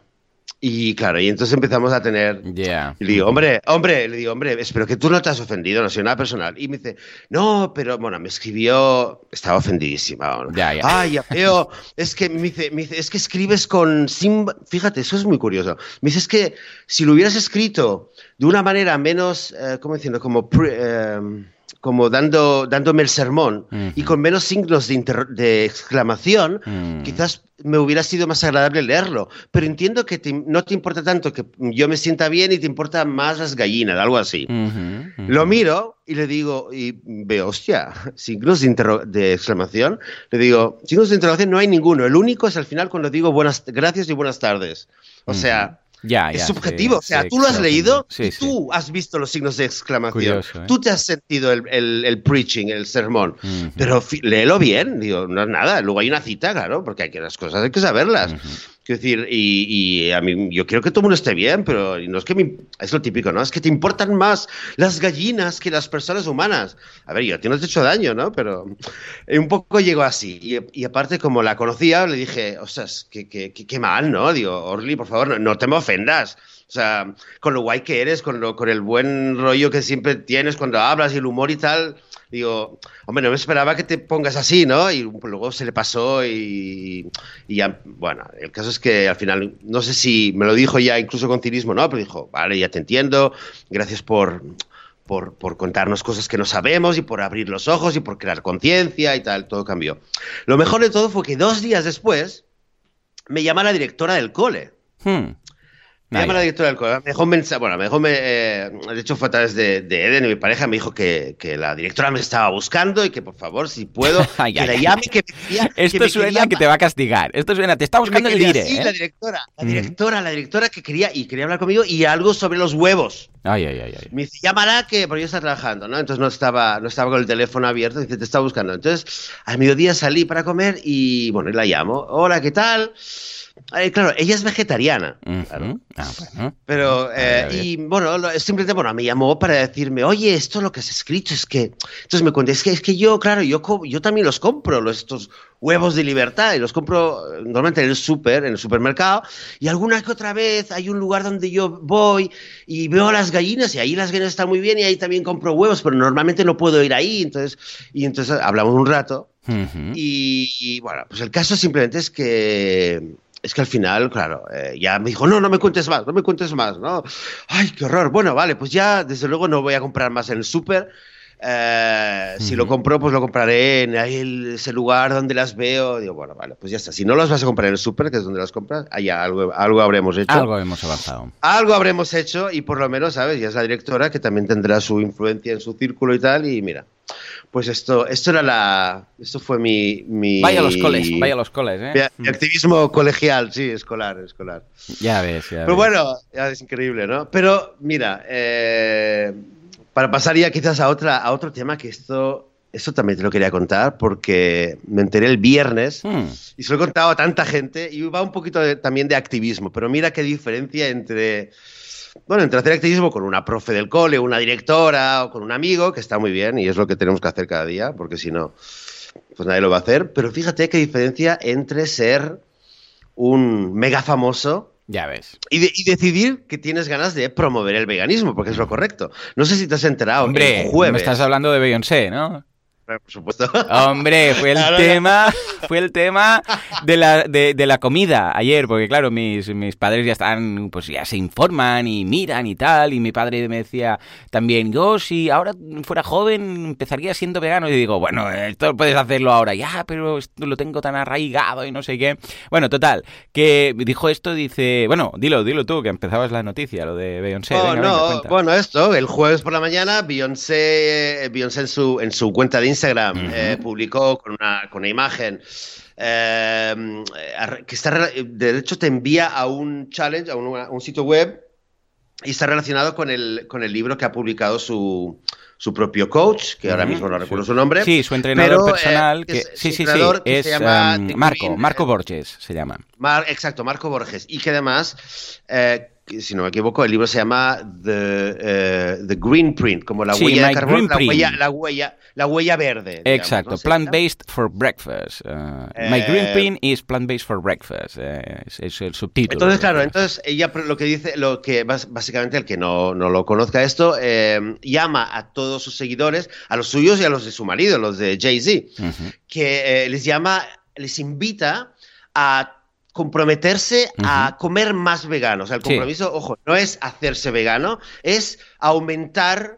Y claro, y entonces empezamos a tener... Yeah. Y le digo, hombre, hombre, le digo, hombre, espero que tú no te has ofendido, no soy nada personal. Y me dice, no, pero bueno, me escribió, estaba ofendidísima. Bueno. Yeah, yeah. Ay, ya veo, es que me dice, me dice, es que escribes con... Sin... Fíjate, eso es muy curioso. Me dice, es que si lo hubieras escrito de una manera menos, eh, ¿cómo diciendo? Como... Pre, eh, como dando, dándome el sermón uh-huh. y con menos signos de, inter- de exclamación, uh-huh. quizás me hubiera sido más agradable leerlo. Pero entiendo que te, no te importa tanto que yo me sienta bien y te importan más las gallinas, algo así. Uh-huh. Uh-huh. Lo miro y le digo, y veo, hostia, signos de, interro- de exclamación. Le digo, signos de interrogación no hay ninguno. El único es al final cuando digo buenas, gracias y buenas tardes. O uh-huh. sea... Ya, es ya, subjetivo, sí, o sea, sí, tú lo has leído sí, y sí. tú has visto los signos de exclamación. Curioso, ¿eh? Tú te has sentido el, el, el preaching, el sermón, uh-huh. pero fi- léelo bien, digo, no es nada. Luego hay una cita, claro, porque hay que las cosas hay que saberlas. Uh-huh. Quiero decir, y, y a mí, yo quiero que todo el mundo esté bien, pero no es que me, es lo típico, ¿no? Es que te importan más las gallinas que las personas humanas. A ver, yo a ti no te he hecho daño, ¿no? Pero un poco llegó así. Y, y aparte, como la conocía, le dije, ostras, qué, qué, qué, qué mal, ¿no? Digo, Orly, por favor, no, no te me ofendas. O sea, con lo guay que eres, con, lo, con el buen rollo que siempre tienes cuando hablas y el humor y tal, digo, hombre, no me esperaba que te pongas así, ¿no? Y luego se le pasó y, y ya, bueno, el caso es que al final, no sé si me lo dijo ya incluso con cinismo, ¿no? Pero dijo, vale, ya te entiendo, gracias por... Por, por contarnos cosas que no sabemos y por abrir los ojos y por crear conciencia y tal, todo cambió. Lo mejor de todo fue que dos días después me llama la directora del cole. Hmm. Me llama la directora del cole, me dejó un mensaje, bueno, me dejó, me, eh, de hecho fue a través de, de Eden, mi pareja, me dijo que, que la directora me estaba buscando y que por favor, si puedo, ay, que ay, la ay. llame, que me quería, Esto que me suena quería, que te va a castigar, esto suena, te está buscando el quería, dire, sí, ¿eh? la directora, la directora, mm. la directora que quería, y quería hablar conmigo y algo sobre los huevos. Ay, ay, ay, ay. Me dice, llámala que, porque yo estaba trabajando, ¿no? Entonces no estaba, no estaba con el teléfono abierto, dice, te estaba buscando. Entonces, al mediodía salí para comer y, bueno, y la llamo, hola, ¿qué tal? Eh, claro, ella es vegetariana, uh-huh. claro. Ah, bueno. Pero, eh, y bueno, lo, simplemente, bueno, me llamó para decirme, oye, esto lo que has escrito es que... Entonces me conté, es que, es que yo, claro, yo, yo también los compro, los, estos huevos de libertad, y los compro normalmente en el súper, en el supermercado, y alguna que otra vez hay un lugar donde yo voy y veo las gallinas, y ahí las gallinas están muy bien, y ahí también compro huevos, pero normalmente no puedo ir ahí, entonces, y entonces hablamos un rato, uh-huh. y, y bueno, pues el caso simplemente es que... Es que al final, claro, eh, ya me dijo, no, no me cuentes más, no me cuentes más, ¿no? Ay, qué horror. Bueno, vale, pues ya, desde luego, no voy a comprar más en el súper. Eh, uh-huh. Si lo compro, pues lo compraré en ahí ese lugar donde las veo. Digo, bueno, vale, pues ya está. Si no las vas a comprar en el súper, que es donde las compras, allá algo, algo habremos hecho. Algo hemos avanzado. Algo habremos hecho y por lo menos, ¿sabes? Ya es la directora que también tendrá su influencia en su círculo y tal. Y mira, pues esto, esto era la, esto fue mi, mi vaya a los coles, vaya a los coles, ¿eh? Mi, mi activismo colegial, sí, escolar, escolar. Ya ves, ya ves. Pero bueno, ya es increíble, ¿no? Pero mira, eh, para pasar ya quizás a otra, a otro tema que esto, esto también te lo quería contar porque me enteré el viernes hmm. y se lo he contado a tanta gente y va un poquito de, también de activismo. Pero mira qué diferencia entre Bueno, entre hacer activismo con una profe del cole, una directora o con un amigo, que está muy bien y es lo que tenemos que hacer cada día, porque si no, pues nadie lo va a hacer. Pero fíjate qué diferencia entre ser un mega famoso ya ves. Y, de, y decidir que tienes ganas de promover el veganismo, porque es lo correcto. No sé si te has enterado. Hombre, el jueves, me estás hablando de Beyoncé, ¿no? Por supuesto. Hombre, fue el Claro, tema, fue el tema de la, de, de la comida ayer, porque claro, mis, mis padres ya están, pues ya se informan y miran y tal, y mi padre me decía también, yo si ahora fuera joven empezaría siendo vegano, y digo, bueno, esto puedes hacerlo ahora, ya, pero esto lo tengo tan arraigado y no sé qué. Bueno, total, que dijo esto, dice, bueno, dilo, dilo tú, que empezabas la noticia, lo de Beyoncé. Oh, venga, no, venga, bueno, esto, el jueves por la mañana, Beyoncé, Beyoncé en su, en su cuenta de Instagram uh-huh. eh, publicó con una, con una imagen eh, que está, de hecho te envía a un challenge, a un, a un sitio web y está relacionado con el, con el libro que ha publicado su, su propio coach, que uh-huh. ahora mismo no recuerdo sí. su nombre. Sí, su entrenador pero, personal, eh, que, es, sí, sí, sí, que es se llama um, Marco, Marco Borges se llama. Mar, exacto, Marco Borges, y que además... Eh, si no me equivoco, el libro se llama The, uh, The Green Print, como la sí, huella de My carbón, Green la Print. huella, la huella, la huella verde. Digamos, exacto, ¿no? Plant-Based for Breakfast. Uh, eh, My Green Print is Plant-Based for Breakfast. Eh, es, es el subtítulo. Entonces, claro, entonces ella lo que dice, lo que básicamente el que no, no lo conozca esto, eh, llama a todos sus seguidores, a los suyos y a los de su marido, los de Jay-Z, uh-huh. que eh, les llama, les invita a comprometerse uh-huh. a comer más vegano. O sea, el compromiso, sí. ojo, no es hacerse vegano, es aumentar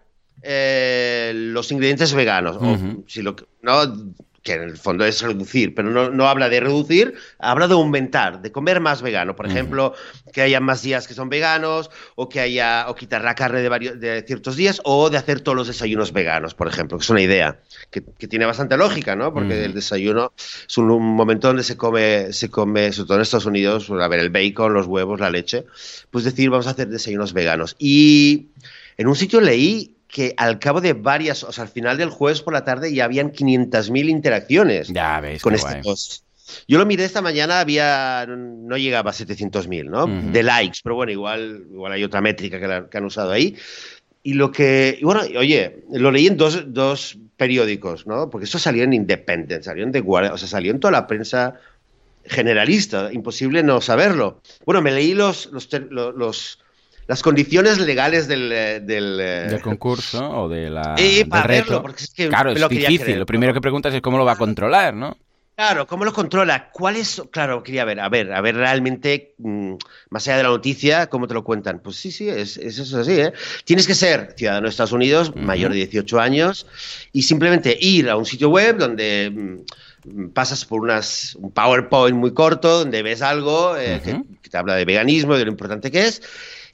eh, los ingredientes veganos. Uh-huh. O, si lo, no, que en el fondo es reducir, pero no, no habla de reducir, habla de aumentar, de comer más vegano. Por uh-huh. ejemplo, que haya más días que son veganos, o que haya, o quitar la carne de, varios, de ciertos días, o de hacer todos los desayunos veganos, por ejemplo, que es una idea que, que tiene bastante lógica, ¿no? Porque uh-huh. el desayuno es un, un momento donde se come, se come, sobre todo en Estados Unidos, a ver, el bacon, los huevos, la leche, pues decir, vamos a hacer desayunos veganos. Y en un sitio leí que al cabo de varias, o sea, al final del jueves por la tarde ya habían quinientas mil interacciones ya ves, con este post. Yo lo miré esta mañana, había no llegaba a setecientos mil, ¿no? Uh-huh. De likes, pero bueno, igual, igual hay otra métrica que, la, que han usado ahí. Y lo que, y bueno, oye, lo leí en dos, dos periódicos, ¿no? Porque esto salió en Independent, salió en The Guardian, o sea, salió en toda la prensa generalista, imposible no saberlo. Bueno, me leí los, los, los, los las condiciones legales del... Del, del concurso o de la, y del para reto. Verlo, porque es que claro, es lo difícil. Creer, lo primero ¿no? que preguntas es cómo lo va a controlar, ¿no? Claro, ¿cómo lo controla? ¿Cuál es? Claro, quería ver, a ver, a ver realmente, mmm, más allá de la noticia, ¿cómo te lo cuentan? Pues sí, sí, es, es eso así, ¿eh? Tienes que ser ciudadano de Estados Unidos, uh-huh. mayor de dieciocho años, y simplemente ir a un sitio web donde... Mmm, pasas por unas, un PowerPoint muy corto donde ves algo eh, uh-huh. que, que te habla de veganismo, de lo importante que es,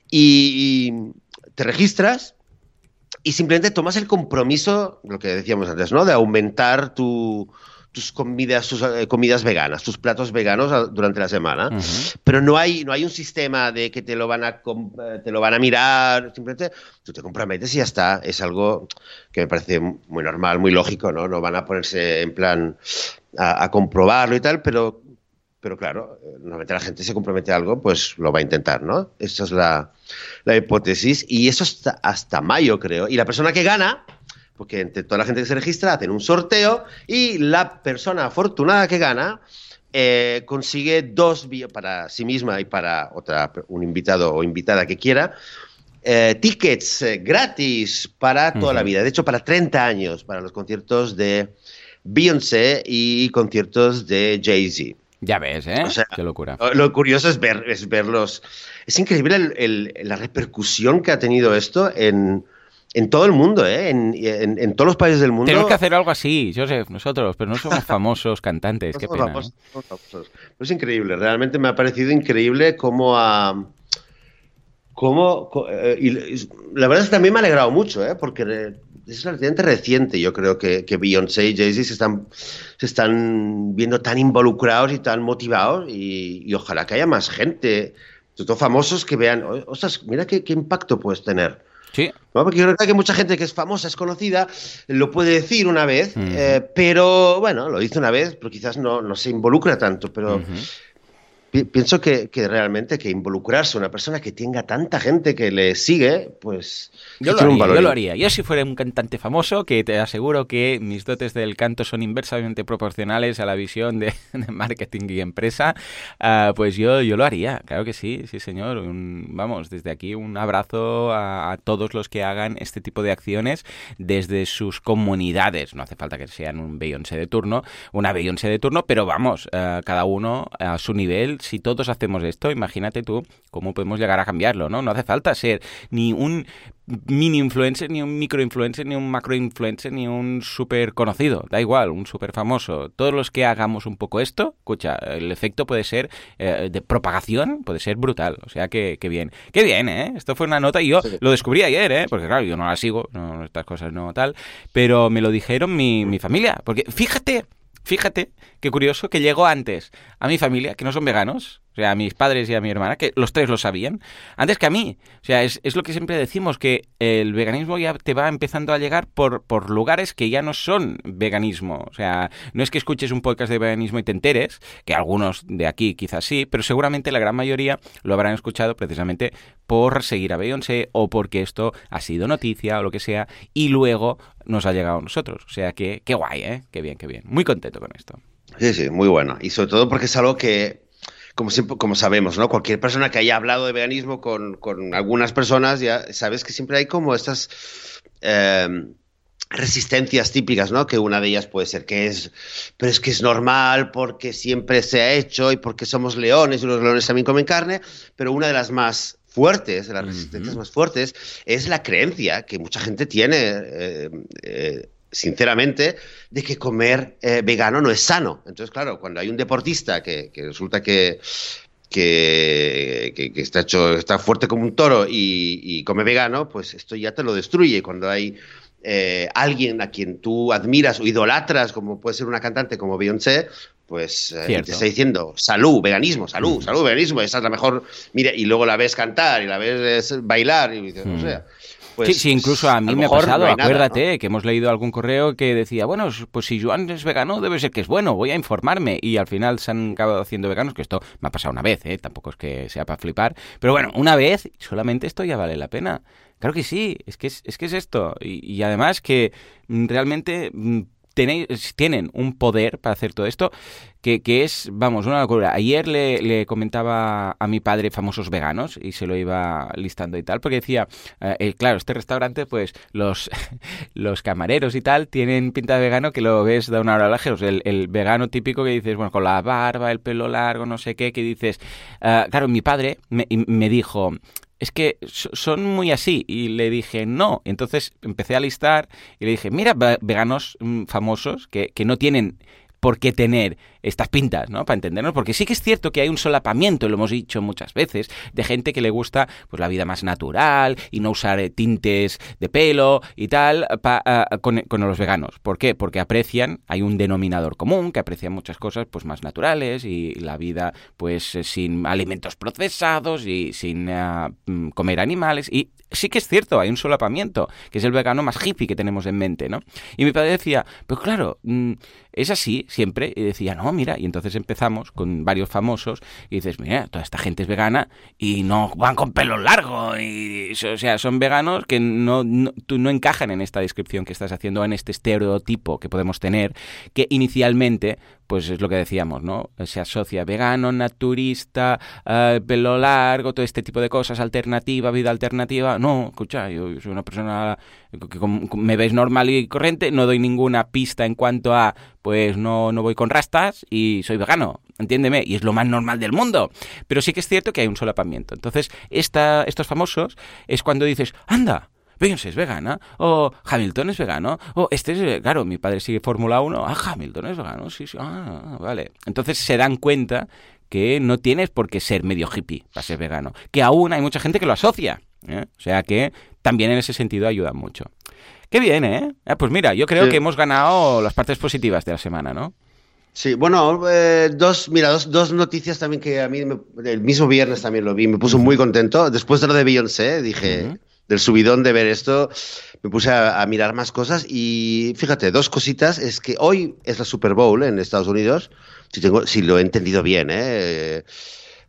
y, y te registras y simplemente tomas el compromiso, lo que decíamos antes, ¿no? De aumentar tu, tus comidas, tus eh, comidas veganas, tus platos veganos a, durante la semana. Uh-huh. Pero no hay, no hay un sistema de que te lo van a te lo van a mirar, simplemente tú te comprometes y ya está. Es algo que me parece muy normal, muy lógico, ¿no? No van a ponerse en plan a, a comprobarlo y tal, pero pero claro, normalmente la gente se compromete a algo, pues lo va a intentar, ¿no? Esa es la, la hipótesis. Y eso hasta, hasta mayo, creo. Y la persona que gana, porque entre toda la gente que se registra, hacen un sorteo y la persona afortunada que gana eh, consigue dos, para sí misma y para otra, un invitado o invitada que quiera, eh, tickets eh, gratis para toda uh-huh. la vida. De hecho, para treinta años, para los conciertos de Beyoncé y conciertos de Jay-Z. Ya ves, ¿eh? O sea, qué locura. Lo curioso es, ver, es verlos. Es increíble el, el, la repercusión que ha tenido esto en, en todo el mundo, ¿eh? En, en, en todos los países del mundo. Tenemos que hacer algo así, Joseph, nosotros, pero no somos famosos cantantes, no qué somos pena. Famosos, ¿eh? somos famosos. Pues es increíble, realmente me ha parecido increíble cómo ha... Cómo, eh, y la verdad es que también me ha alegrado mucho, ¿eh? Porque es relativamente reciente, yo creo que, que Beyoncé y Jay-Z se están, se están viendo tan involucrados y tan motivados y, y ojalá que haya más gente, sobre todo famosos, que vean, ostras, mira qué, qué impacto puedes tener. Sí. ¿No? Porque yo creo que mucha gente que es famosa, es conocida, lo puede decir una vez, uh-huh. eh, pero bueno, lo dice una vez, pero quizás no, no se involucra tanto, pero... Uh-huh. pi pienso que, que realmente que involucrarse una persona que tenga tanta gente que le sigue, pues... Yo lo, haría, yo lo haría. Yo si fuera un cantante famoso, que te aseguro que mis dotes del canto son inversamente proporcionales a la visión de, de marketing y empresa, uh, pues yo, yo lo haría. Claro que sí, sí señor. Un, vamos, desde aquí un abrazo a, a todos los que hagan este tipo de acciones desde sus comunidades. No hace falta que sean un Beyoncé de turno, una Beyoncé de turno, pero vamos, uh, cada uno a su nivel. Si todos hacemos esto, imagínate tú cómo podemos llegar a cambiarlo, ¿no? No hace falta ser ni un mini influencer, ni un micro influencer, ni un macro influencer, ni un súper conocido, da igual, un súper famoso. Todos los que hagamos un poco esto, escucha, el efecto puede ser eh, de propagación, puede ser brutal, o sea que, que bien, qué bien, ¿eh? Esto fue una nota y yo sí. lo descubrí ayer, ¿eh? Porque claro, yo no la sigo, no, estas cosas no tal, pero me lo dijeron mi, mi familia, porque fíjate, fíjate, qué curioso que llegó antes a mi familia, que no son veganos, o sea, a mis padres y a mi hermana, que los tres lo sabían, antes que a mí. O sea, es, es lo que siempre decimos, que el veganismo ya te va empezando a llegar por, por lugares que ya no son veganismo. O sea, no es que escuches un podcast de veganismo y te enteres, que algunos de aquí quizás sí, pero seguramente la gran mayoría lo habrán escuchado precisamente por seguir a Beyoncé o porque esto ha sido noticia o lo que sea, y luego nos ha llegado a nosotros. O sea, que qué guay, ¿eh? Qué bien, qué bien. Muy contento con esto. Sí, sí, muy bueno. Y sobre todo porque es algo que... Como, siempre, como sabemos, ¿no? Cualquier persona que haya hablado de veganismo con, con algunas personas, ya sabes que siempre hay como estas eh, resistencias típicas, ¿no? Que una de ellas puede ser que es, pero es que es normal porque siempre se ha hecho y porque somos leones y los leones también comen carne, pero una de las más fuertes, de las resistencias uh-huh. más fuertes, es la creencia que mucha gente tiene, eh, eh, sinceramente, de que comer eh, vegano no es sano. Entonces, claro, cuando hay un deportista que, que resulta que, que, que, que está hecho, está fuerte como un toro y, y come vegano, pues esto ya te lo destruye. Y cuando hay eh, alguien a quien tú admiras o idolatras, como puede ser una cantante como Beyoncé, pues eh, te está diciendo salud, veganismo, salud, mm. salud, veganismo, esa es la mejor. Mira, y luego la ves cantar y la ves bailar y dices, mm. o sea... Pues, sí, sí, incluso a mí a me ha pasado, no acuérdate, nada, ¿no? Que hemos leído algún correo que decía, bueno, pues si Joan es vegano debe ser que es bueno, voy a informarme, y al final se han acabado haciendo veganos, que esto me ha pasado una vez, ¿eh? Tampoco es que sea para flipar, pero bueno, una vez, solamente esto ya vale la pena. Claro que sí, es que es, es, que es esto, y, y además que realmente... Tenéis, tienen un poder para hacer todo esto que, que es, vamos, una locura. Ayer le, le comentaba a mi padre famosos veganos y se lo iba listando y tal, porque decía, eh, claro, este restaurante, pues los, los camareros y tal tienen pinta de vegano que lo ves de una hora a la lejos. El, el vegano típico que dices, bueno, con la barba, el pelo largo, no sé qué, que dices... Uh, claro, mi padre me, me dijo... es que son muy así, y le dije no, entonces empecé a listar y le dije, mira, veganos famosos que, que no tienen por qué tener estas pintas, ¿no? Para entendernos, porque sí que es cierto que hay un solapamiento, lo hemos dicho muchas veces, de gente que le gusta pues la vida más natural y no usar eh, tintes de pelo y tal pa, uh, con, con los veganos. ¿Por qué? Porque aprecian, hay un denominador común, que aprecian muchas cosas pues más naturales y la vida pues eh, sin alimentos procesados y sin uh, comer animales, y sí que es cierto, hay un solapamiento, que es el vegano más hippie que tenemos en mente, ¿no? Y mi padre decía, pero claro, mmm, es así siempre, y decía, no, mira, y entonces empezamos con varios famosos, y dices, mira, toda esta gente es vegana y no van con pelo largo, y, o sea, son veganos que no, no, no encajan en esta descripción que estás haciendo, en este estereotipo que podemos tener, que inicialmente, pues es lo que decíamos, ¿no? Se asocia vegano, naturista, uh, pelo largo, todo este tipo de cosas, alternativa, vida alternativa. No, escucha, yo, yo soy una persona que me veis normal y corriente, no doy ninguna pista en cuanto a, pues no, no voy con rastas y soy vegano, entiéndeme, y es lo más normal del mundo. Pero sí que es cierto que hay un solapamiento. Entonces, esta, estos famosos es cuando dices, anda, Beyoncé es vegana, o Hamilton es vegano, o este es, claro, mi padre sigue Fórmula uno, ah, Hamilton es vegano, sí, sí, ah, vale. Entonces se dan cuenta que no tienes por qué ser medio hippie para ser vegano, que aún hay mucha gente que lo asocia, ¿eh? O sea que también en ese sentido ayuda mucho. Qué bien, ¿eh? eh pues mira, yo creo sí. que hemos ganado las partes positivas de la semana, ¿no? Sí, bueno, eh, dos, mira, dos, dos noticias también que a mí me, el mismo viernes también lo vi, me puso muy contento. Después de lo de Beyoncé, dije... Uh-huh. Del subidón de ver esto, me puse a, a mirar más cosas y fíjate, dos cositas, es que hoy es la Super Bowl en Estados Unidos, si, tengo, si lo he entendido bien, ¿eh?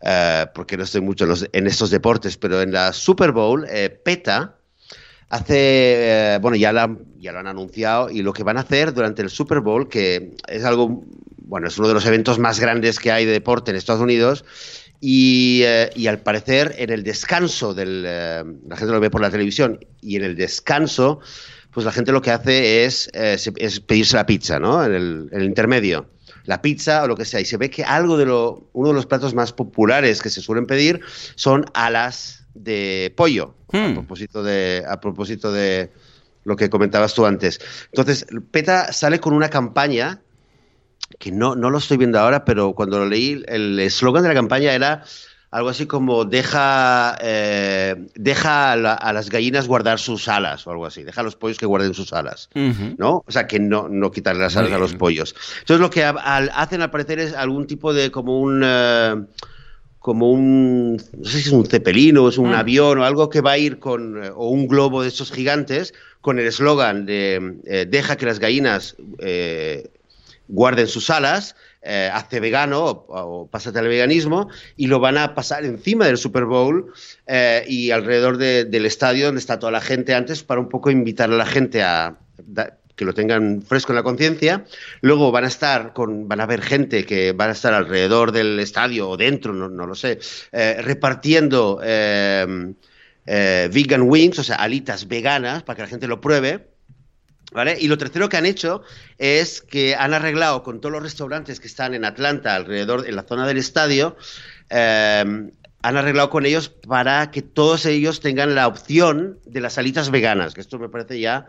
eh, porque no estoy mucho en, los, en estos deportes, pero en la Super Bowl, eh, PETA hace, eh, bueno, ya, la, ya lo han anunciado, y lo que van a hacer durante el Super Bowl, que es algo, bueno, es uno de los eventos más grandes que hay de deporte en Estados Unidos, y, eh, y al parecer en el descanso, del, eh, la gente lo ve por la televisión, y en el descanso, pues la gente lo que hace es, eh, es pedirse la pizza, ¿no? En el, en el intermedio. La pizza o lo que sea, y se ve que algo de lo, uno de los platos más populares que se suelen pedir son alas de pollo, hmm. a propósito de, a propósito de lo que comentabas tú antes. Entonces, PETA sale con una campaña que no, no lo estoy viendo ahora, pero cuando lo leí, el eslogan de la campaña era algo así como deja, eh, deja a, la, a las gallinas guardar sus alas o algo así, deja a los pollos que guarden sus alas, uh-huh. ¿no? O sea, que no, no quitarle las alas a los pollos. Entonces lo que a, a, hacen al parecer es algún tipo de como un... Uh, como un, no sé si es un cepelino, es un uh-huh. avión o algo que va a ir con, o un globo de estos gigantes, con el eslogan de eh, deja que las gallinas eh, guarden sus alas, eh, hazte vegano o, o pásate al veganismo, y lo van a pasar encima del Super Bowl eh, y alrededor de, del estadio donde está toda la gente antes, para un poco invitar a la gente a da, que lo tengan fresco en la conciencia. Luego van a estar con, van a haber gente que van a estar alrededor del estadio o dentro, no, no lo sé, eh, repartiendo eh, eh, vegan wings, o sea, alitas veganas para que la gente lo pruebe. ¿Vale? Y lo tercero que han hecho es que han arreglado con todos los restaurantes que están en Atlanta, alrededor, en la zona del estadio, eh, han arreglado con ellos para que todos ellos tengan la opción de las alitas veganas, que esto me parece ya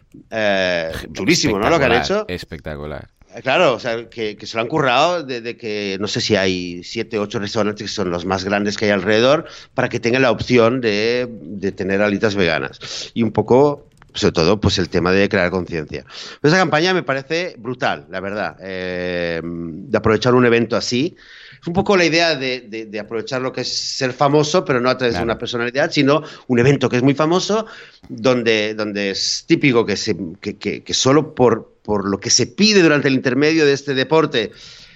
eh, chulísimo, ¿no? Lo que han hecho. Espectacular. Claro, o sea, que, que se lo han currado de, de que no sé si hay siete o ocho restaurantes que son los más grandes que hay alrededor para que tengan la opción de, de tener alitas veganas. Y un poco... sobre todo, pues el tema de crear conciencia. Esa campaña me parece brutal, la verdad, eh, de aprovechar un evento así. Es un poco la idea de, de, de aprovechar lo que es ser famoso, pero no a través claro. de una personalidad, sino un evento que es muy famoso, donde, donde es típico que, se, que, que, que solo por, por lo que se pide durante el intermedio de este deporte,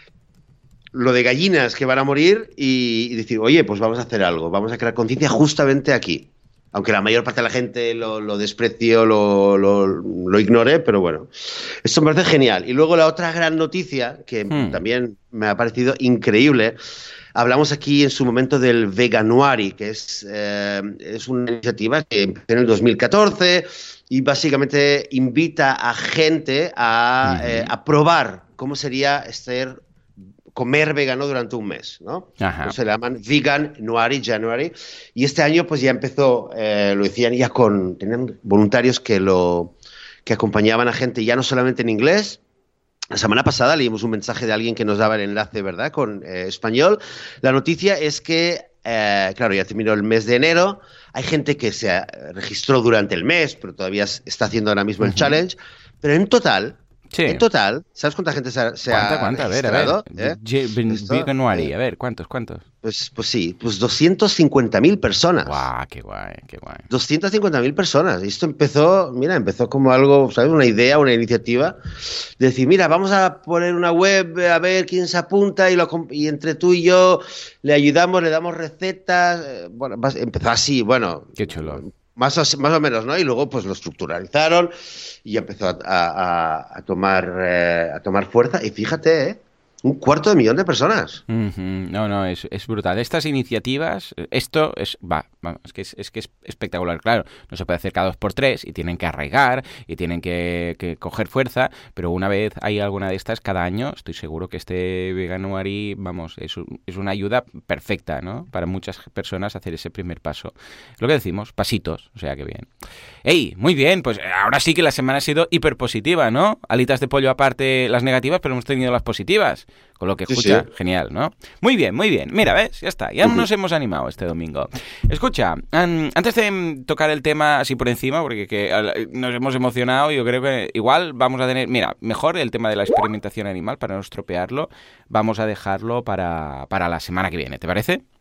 lo de gallinas que van a morir, y, y decir, oye, pues vamos a hacer algo, vamos a crear conciencia justamente aquí. Aunque la mayor parte de la gente lo, lo desprecie o lo, lo, lo ignore, pero bueno, esto me parece genial. Y luego la otra gran noticia, que hmm. también me ha parecido increíble, hablamos aquí en su momento del Veganuary, que es, eh, es una iniciativa que empezó en el dos mil catorce y básicamente invita a gente a, uh-huh. eh, a probar cómo sería estar... comer vegano durante un mes, ¿no? Ajá. Se le llaman Veganuary, January, y este año pues ya empezó, eh, lo decían ya con, tenían voluntarios que lo, que acompañaban a gente ya no solamente en inglés. La semana pasada leímos un mensaje de alguien que nos daba el enlace, ¿verdad?, con eh, español. La noticia es que, eh, claro, ya terminó el mes de enero, hay gente que se registró durante el mes, pero todavía está haciendo ahora mismo uh-huh. el challenge, pero en total... Sí. En total, ¿sabes cuánta gente se ha, se ¿Cuánta, ha cuánta? registrado? A ver, a ver. ¿Eh? Veganuary, a ver, ¿cuántos, cuántos? Pues, pues sí, pues doscientas cincuenta mil personas. ¡Guau, qué guay, qué guay! doscientas cincuenta mil personas. Y esto empezó, mira, empezó como algo, ¿sabes? Una idea, una iniciativa. De decir, mira, vamos a poner una web, a ver quién se apunta, y, lo, y entre tú y yo le ayudamos, le damos recetas. Bueno, empezó así, bueno. Qué chulo. Más o, más o menos, ¿no? Y luego pues lo estructuralizaron y empezó a, a, a, tomar, eh, a tomar fuerza. Y fíjate, ¿eh? Un cuarto de millón de personas. Uh-huh. No, no, es, es brutal. Estas iniciativas, esto es, va, va es, que es, es que es espectacular. Claro, no se puede hacer cada dos por tres y tienen que arraigar y tienen que, que coger fuerza, pero una vez hay alguna de estas cada año, estoy seguro que este Veganuary, vamos, es, es una ayuda perfecta, ¿no? Para muchas personas hacer ese primer paso. Lo que decimos, pasitos, o sea que bien. ¡Ey! Muy bien, pues ahora sí que la semana ha sido hiper positiva, ¿no? Alitas de pollo aparte las negativas, pero hemos tenido las positivas. Con lo que escucha, sí, sí. Genial, ¿no? Muy bien, muy bien. Mira, ¿ves? Ya está. Ya uh-huh. nos hemos animado este domingo. Escucha, um, antes de tocar el tema así por encima, porque que, uh, nos hemos emocionado, yo creo que igual vamos a tener... Mira, mejor el tema de la experimentación animal, para no estropearlo, vamos a dejarlo para, para la semana que viene. ¿Te parece?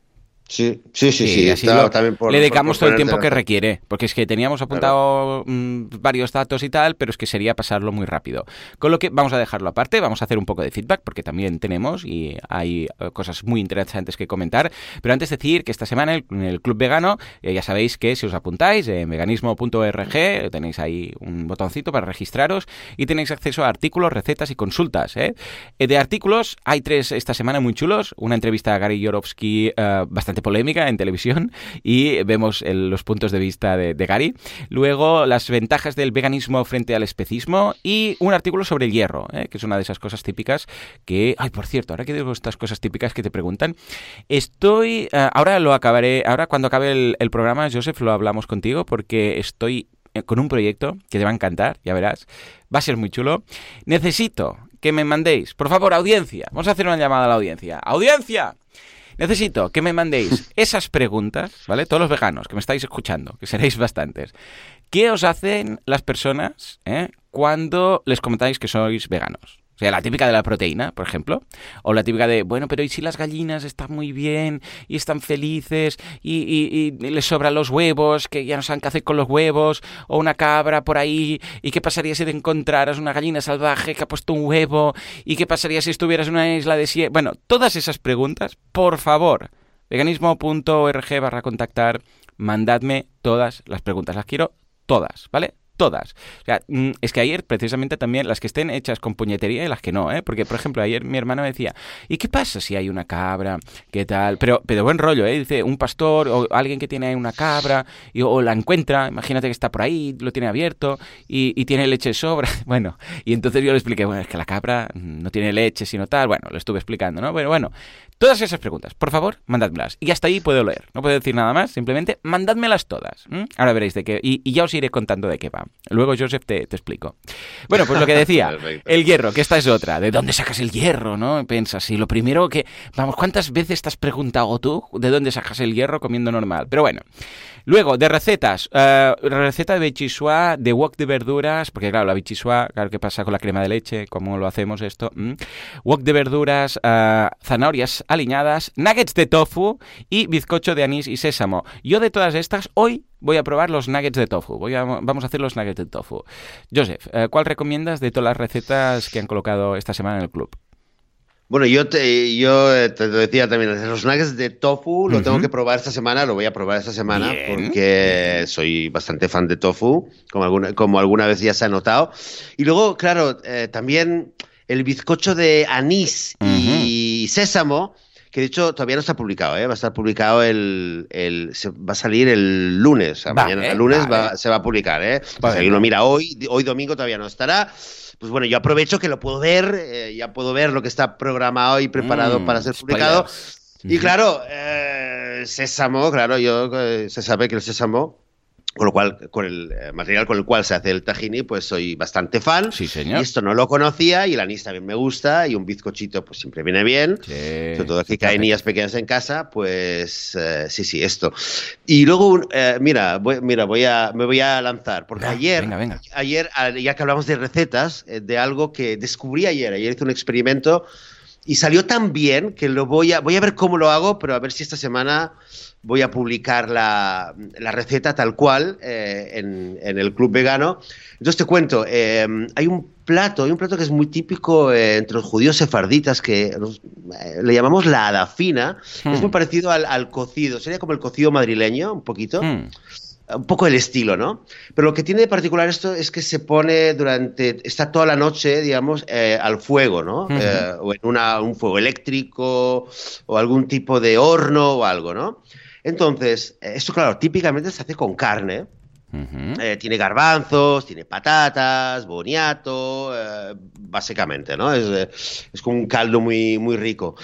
Sí, sí, sí, Sí, sí. así Claro, lo- también por- le por- dedicamos por todo el ponerte tiempo que la- requiere, porque es que teníamos apuntado mm, varios datos y tal, pero es que sería pasarlo muy rápido. Con lo que vamos a dejarlo aparte, vamos a hacer un poco de feedback, porque también tenemos y hay eh, cosas muy interesantes que comentar. Pero antes decir que esta semana el- en el Club Vegano, eh, ya sabéis que si os apuntáis en veganismo punto org, tenéis ahí un botoncito para registraros y tenéis acceso a artículos, recetas y consultas. ¿eh? Eh, De artículos hay tres esta semana muy chulos, una entrevista a Gary Yourofsky eh, bastante polémica en televisión y vemos el- los puntos de vista de, de Gary. Luego, las ventajas del veganismo frente al especismo y un artículo sobre el hierro, ¿eh? que es una de esas cosas típicas que... Ay, por cierto, ahora que digo estas cosas típicas que te preguntan, estoy... eh, ahora lo acabaré... Ahora cuando acabe el, el programa, Joseph, lo hablamos contigo porque estoy eh, con un proyecto que te va a encantar, ya verás. Va a ser muy chulo. Necesito que me mandéis, por favor, audiencia. Vamos a hacer una llamada a la audiencia. ¡Audiencia! Necesito que me mandéis esas preguntas, ¿vale? Todos los veganos que me estáis escuchando, que seréis bastantes. ¿Qué os hacen las personas eh, cuando les comentáis que sois veganos? O sea, la típica de la proteína, por ejemplo. O la típica de, bueno, pero ¿y si las gallinas están muy bien y están felices y, y, y les sobran los huevos, que ya no saben qué hacer con los huevos? O una cabra por ahí. ¿Y qué pasaría si te encontraras una gallina salvaje que ha puesto un huevo? ¿Y qué pasaría si estuvieras en una isla desierta? Bueno, todas esas preguntas, por favor, veganismo punto org barra contactar, mandadme todas las preguntas. Las quiero todas, ¿vale? Todas. O sea, es que ayer precisamente también las que estén hechas con puñetería y las que no, ¿eh? Porque, por ejemplo, ayer mi hermano me decía, ¿y qué pasa si hay una cabra? ¿Qué tal? Pero, pero buen rollo, ¿eh? Dice, un pastor o alguien que tiene una cabra y, o la encuentra, imagínate que está por ahí, lo tiene abierto y, y tiene leche de sobra. Bueno, y entonces yo le expliqué, bueno, es que la cabra no tiene leche sino tal. Bueno, lo estuve explicando, ¿no? Pero bueno, todas esas preguntas, por favor, mandádmelas. Y hasta ahí puedo leer. No puedo decir nada más, simplemente mandádmelas todas. ¿m? Ahora veréis de qué. Y, y ya os iré contando de qué va. Luego, Joseph, te, te explico. Bueno, pues lo que decía, el hierro, que esta es otra. ¿De dónde sacas el hierro, no? Piensas, y lo primero que... Vamos, ¿cuántas veces te has preguntado tú de dónde sacas el hierro comiendo normal? Pero bueno. Luego, de recetas. Uh, receta de bichisua, de wok de verduras, porque claro, la bichisua, claro, ¿qué pasa con la crema de leche? ¿Cómo lo hacemos esto? ¿Mm? Wok de verduras, uh, zanahorias aliñadas, nuggets de tofu y bizcocho de anís y sésamo. Yo de todas estas, hoy voy a probar los nuggets de tofu. Voy a, vamos a hacer los nuggets de tofu. Joseph, uh, ¿cuál recomiendas de todas las recetas que han colocado esta semana en el club? Bueno, yo te, yo te lo decía también, los nuggets de tofu lo uh-huh. tengo que probar esta semana, lo voy a probar esta semana Bien. porque soy bastante fan de tofu, como alguna, como alguna vez ya se ha notado. Y luego, claro, eh, también el bizcocho de anís uh-huh. y sésamo, que de hecho todavía no está publicado, ¿eh? Va a estar publicado el, el se, va a salir el lunes, o sea, vale, mañana el lunes vale. va, se va a publicar, ¿eh? Vale. Si alguien lo mira hoy, hoy domingo todavía no estará. Pues bueno, yo aprovecho que lo puedo ver, eh, ya puedo ver lo que está programado y preparado mm, para ser publicado. Spoilers. Y claro, eh, sésamo, claro, yo eh, se sabe que el sésamo, con lo cual, con el eh, material con el cual se hace el tahini, pues soy bastante fan. Sí, señor. Y esto no lo conocía y el anís también me gusta y un bizcochito pues siempre viene bien. Sí, sobre todo que caen niñas pequeñas en casa, pues eh, sí, sí, esto. Y luego, eh, mira, voy, mira, voy a, me voy a lanzar, porque venga, ayer, venga, venga. ayer, ya que hablamos de recetas, eh, de algo que descubrí ayer, ayer hice un experimento y salió tan bien que lo voy a, voy a ver cómo lo hago, pero a ver si esta semana voy a publicar la, la receta tal cual eh, en, en el Club Vegano. Entonces te cuento, eh, hay un plato, hay un plato que es muy típico eh, entre los judíos sefarditas que los, eh, le llamamos la adafina, hmm. es muy parecido al, al cocido, sería como el cocido madrileño, un poquito. Hmm. Un poco el estilo, ¿no? Pero lo que tiene de particular esto es que se pone durante, está toda la noche, digamos, eh, al fuego, ¿no? Uh-huh. Eh, o en una, un fuego eléctrico o algún tipo de horno o algo, ¿no? Entonces, esto, claro, típicamente se hace con carne. Uh-huh. Eh, tiene garbanzos, tiene patatas, boniato, eh, básicamente, ¿no? Es, eh, es como un caldo muy, muy rico.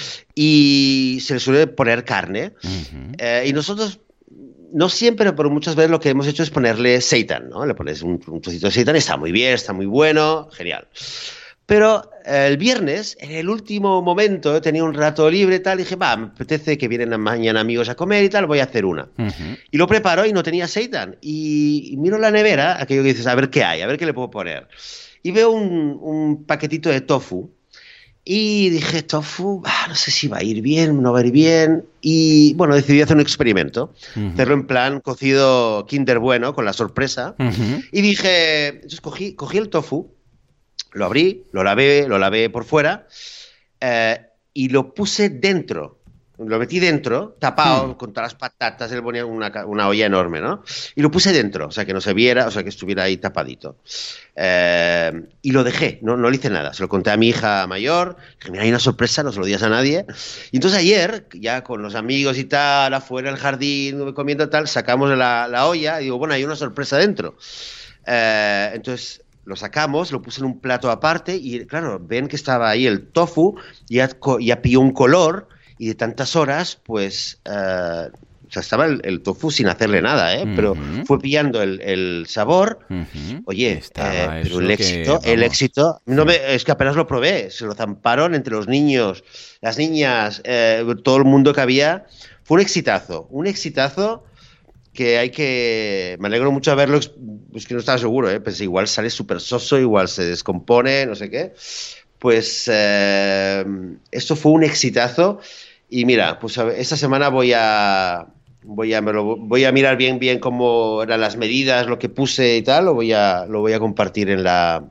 Y se le suele poner carne. Uh-huh. Eh, y nosotros... No siempre, pero muchas veces lo que hemos hecho es ponerle seitan, ¿no? Le pones un, un trocito de seitan, está muy bien, está muy bueno, genial. Pero eh, el viernes, en el último momento, tenía un rato libre y tal, y dije, va, me apetece que vienen mañana amigos a comer y tal, voy a hacer una. Uh-huh. Y lo preparo y no tenía seitan. Y, y miro la nevera, aquello que dices, a ver qué hay, a ver qué le puedo poner. Y veo un, un paquetito de tofu. Y dije, tofu, ah, no sé si va a ir bien, no va a ir bien. Y bueno, decidí hacer un experimento. Uh-huh. Hacerlo en plan cocido Kinder Bueno, con la sorpresa. Uh-huh. Y dije, entonces cogí, cogí el tofu, lo abrí, lo lavé, lo lavé por fuera eh, y lo puse dentro. Lo metí dentro, tapado, hmm. con todas las patatas, él ponía una, una olla enorme, ¿no? Y lo puse dentro, o sea, que no se viera, o sea, que estuviera ahí tapadito. Eh, y lo dejé, no, no le hice nada. Se lo conté a mi hija mayor, dije, mira, hay una sorpresa, no se lo digas a nadie. Y entonces ayer, ya con los amigos y tal, afuera en el jardín, comiendo tal, sacamos la, la olla y digo, bueno, hay una sorpresa dentro. Eh, entonces... Lo sacamos, lo puse en un plato aparte y, claro, ven que estaba ahí el tofu, ya, ya pilló un color y de tantas horas, pues, uh, o sea, estaba el, el tofu sin hacerle nada, ¿eh? Uh-huh. Pero fue pillando el, el sabor. Uh-huh. Oye, eh, pero el éxito, que, el éxito, no me, es que apenas lo probé, se lo zamparon entre los niños, las niñas, eh, todo el mundo que había. Fue un exitazo, un exitazo. Que hay que... Me alegro mucho de verlo, es que no estaba seguro, ¿eh? Pues igual sale súper soso, igual se descompone, no sé qué. Pues eh, esto fue un exitazo y mira, pues esta semana voy a... Voy a, me lo, voy a mirar bien bien cómo eran las medidas, lo que puse y tal, lo voy a, lo voy a compartir en la...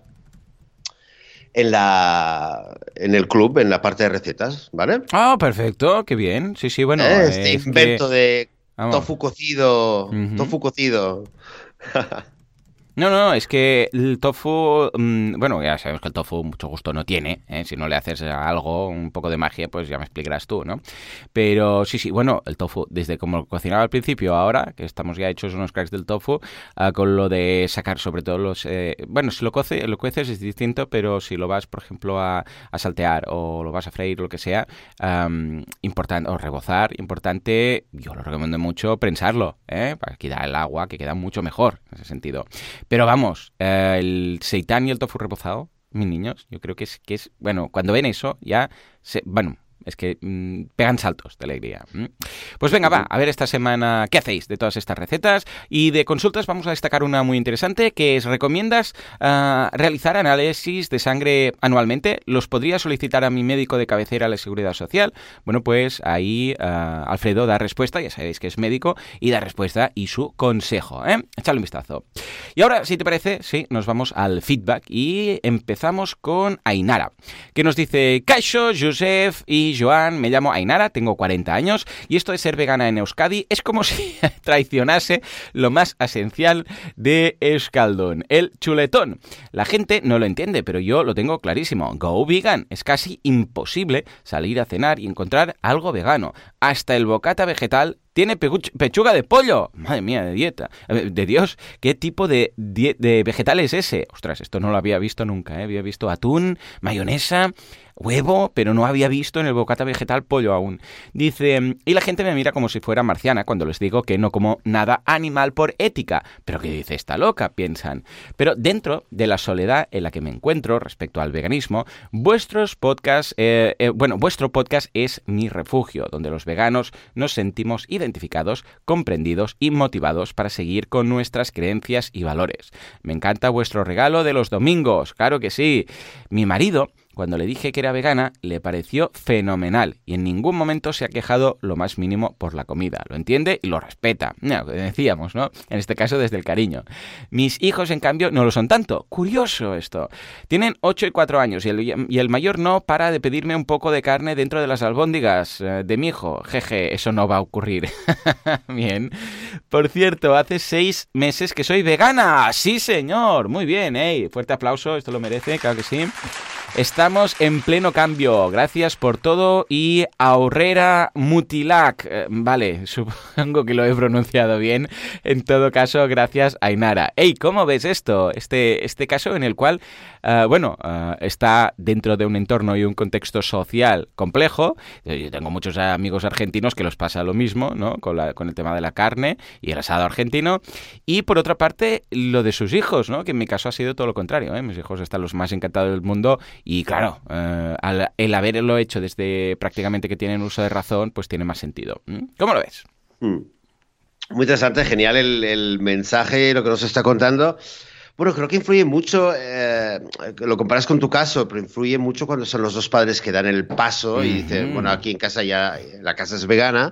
En, la, en el club, en la parte de recetas, ¿vale? Ah, oh, perfecto, qué bien. Sí, sí, bueno. ¿Eh? Este invento que... de... Vamos. Tofu cocido, uh-huh. tofu cocido. No, no, es que el tofu, mmm, bueno, ya sabemos que el tofu mucho gusto no tiene, ¿eh? Si no le haces algo, un poco de magia, pues ya me explicarás tú, ¿no? Pero sí, sí, bueno, el tofu, desde como lo cocinaba al principio, ahora, que estamos ya hechos unos cracks del tofu, uh, con lo de sacar sobre todo los... Eh, bueno, si lo, coce, lo cueces es distinto, pero si lo vas, por ejemplo, a, a saltear o lo vas a freír, lo que sea, um, importante, o rebozar, importante, yo lo recomiendo mucho, prensarlo, ¿eh? Para quitar el agua, que queda mucho mejor, en ese sentido. Pero vamos, eh, el seitán y el tofu rebozado, mis niños, yo creo que es, que es bueno, cuando ven eso ya, se, bueno, es que mmm, pegan saltos de alegría. ¿Mm? Pues venga, va, a ver esta semana qué hacéis de todas estas recetas. Y de consultas vamos a destacar una muy interesante, que es, ¿recomiendas uh, realizar análisis de sangre anualmente? ¿Los podría solicitar a mi médico de cabecera a la Seguridad Social? Bueno, pues ahí uh, Alfredo da respuesta, ya sabéis que es médico, y da respuesta y su consejo, ¿eh? Echadle un vistazo. Y ahora, si te parece, sí, nos vamos al feedback y empezamos con Ainara, que nos dice: Caixo, Josep y Joan, me llamo Ainara, tengo cuarenta años y esto de ser vegana en Euskadi es como si traicionase lo más esencial de Euskaldun, el chuletón. La gente no lo entiende, pero yo lo tengo clarísimo. Go vegan. Es casi imposible salir a cenar y encontrar algo vegano. Hasta el bocata vegetal tiene pechuga de pollo. Madre mía, de dieta. De Dios, ¿qué tipo de, die- de vegetal es ese? Ostras, esto no lo había visto nunca, ¿eh? Había visto atún, mayonesa, huevo, pero no había visto en el bocata vegetal pollo aún. Dice, y la gente me mira como si fuera marciana cuando les digo que no como nada animal por ética. ¿Pero qué dice esta loca?, piensan. Pero dentro de la soledad en la que me encuentro respecto al veganismo, vuestros podcasts, eh, eh, bueno, vuestro podcast es mi refugio, donde los veganos nos sentimos identificados, comprendidos y motivados para seguir con nuestras creencias y valores. Me encanta vuestro regalo de los domingos, claro que sí. Mi marido, cuando le dije que era vegana, le pareció fenomenal y en ningún momento se ha quejado lo más mínimo por la comida. Lo entiende y lo respeta. No, lo que decíamos, ¿no? En este caso desde el cariño. Mis hijos, en cambio, no lo son tanto. Curioso esto. Tienen ocho y cuatro años y el, y el mayor no para de pedirme un poco de carne dentro de las albóndigas eh, de mi hijo. Jeje, eso no va a ocurrir. Bien. Por cierto, hace seis meses que soy vegana. ¡Sí, señor! Muy bien, ¿eh? Fuerte aplauso, esto lo merece, claro que sí. Estamos en pleno cambio. Gracias por todo y Aurrera Mutilac. Eh, vale, supongo que lo he pronunciado bien. En todo caso, gracias, Ainara. Ey, ¿cómo ves esto? Este, este caso en el cual, uh, bueno, uh, está dentro de un entorno y un contexto social complejo. Yo tengo muchos amigos argentinos que los pasa lo mismo, ¿no? Con, la, con el tema de la carne y el asado argentino. Y por otra parte, lo de sus hijos, ¿no? Que en mi caso ha sido todo lo contrario, ¿eh? Mis hijos están los más encantados del mundo. Y claro, eh, al, el haberlo hecho desde prácticamente que tienen uso de razón, pues tiene más sentido. ¿Cómo lo ves? Mm. Muy interesante, genial el, el mensaje, lo que nos está contando, Bueno, creo que influye mucho, eh, lo comparas con tu caso, pero influye mucho cuando son los dos padres que dan el paso y dicen, bueno, aquí en casa ya, la casa es vegana,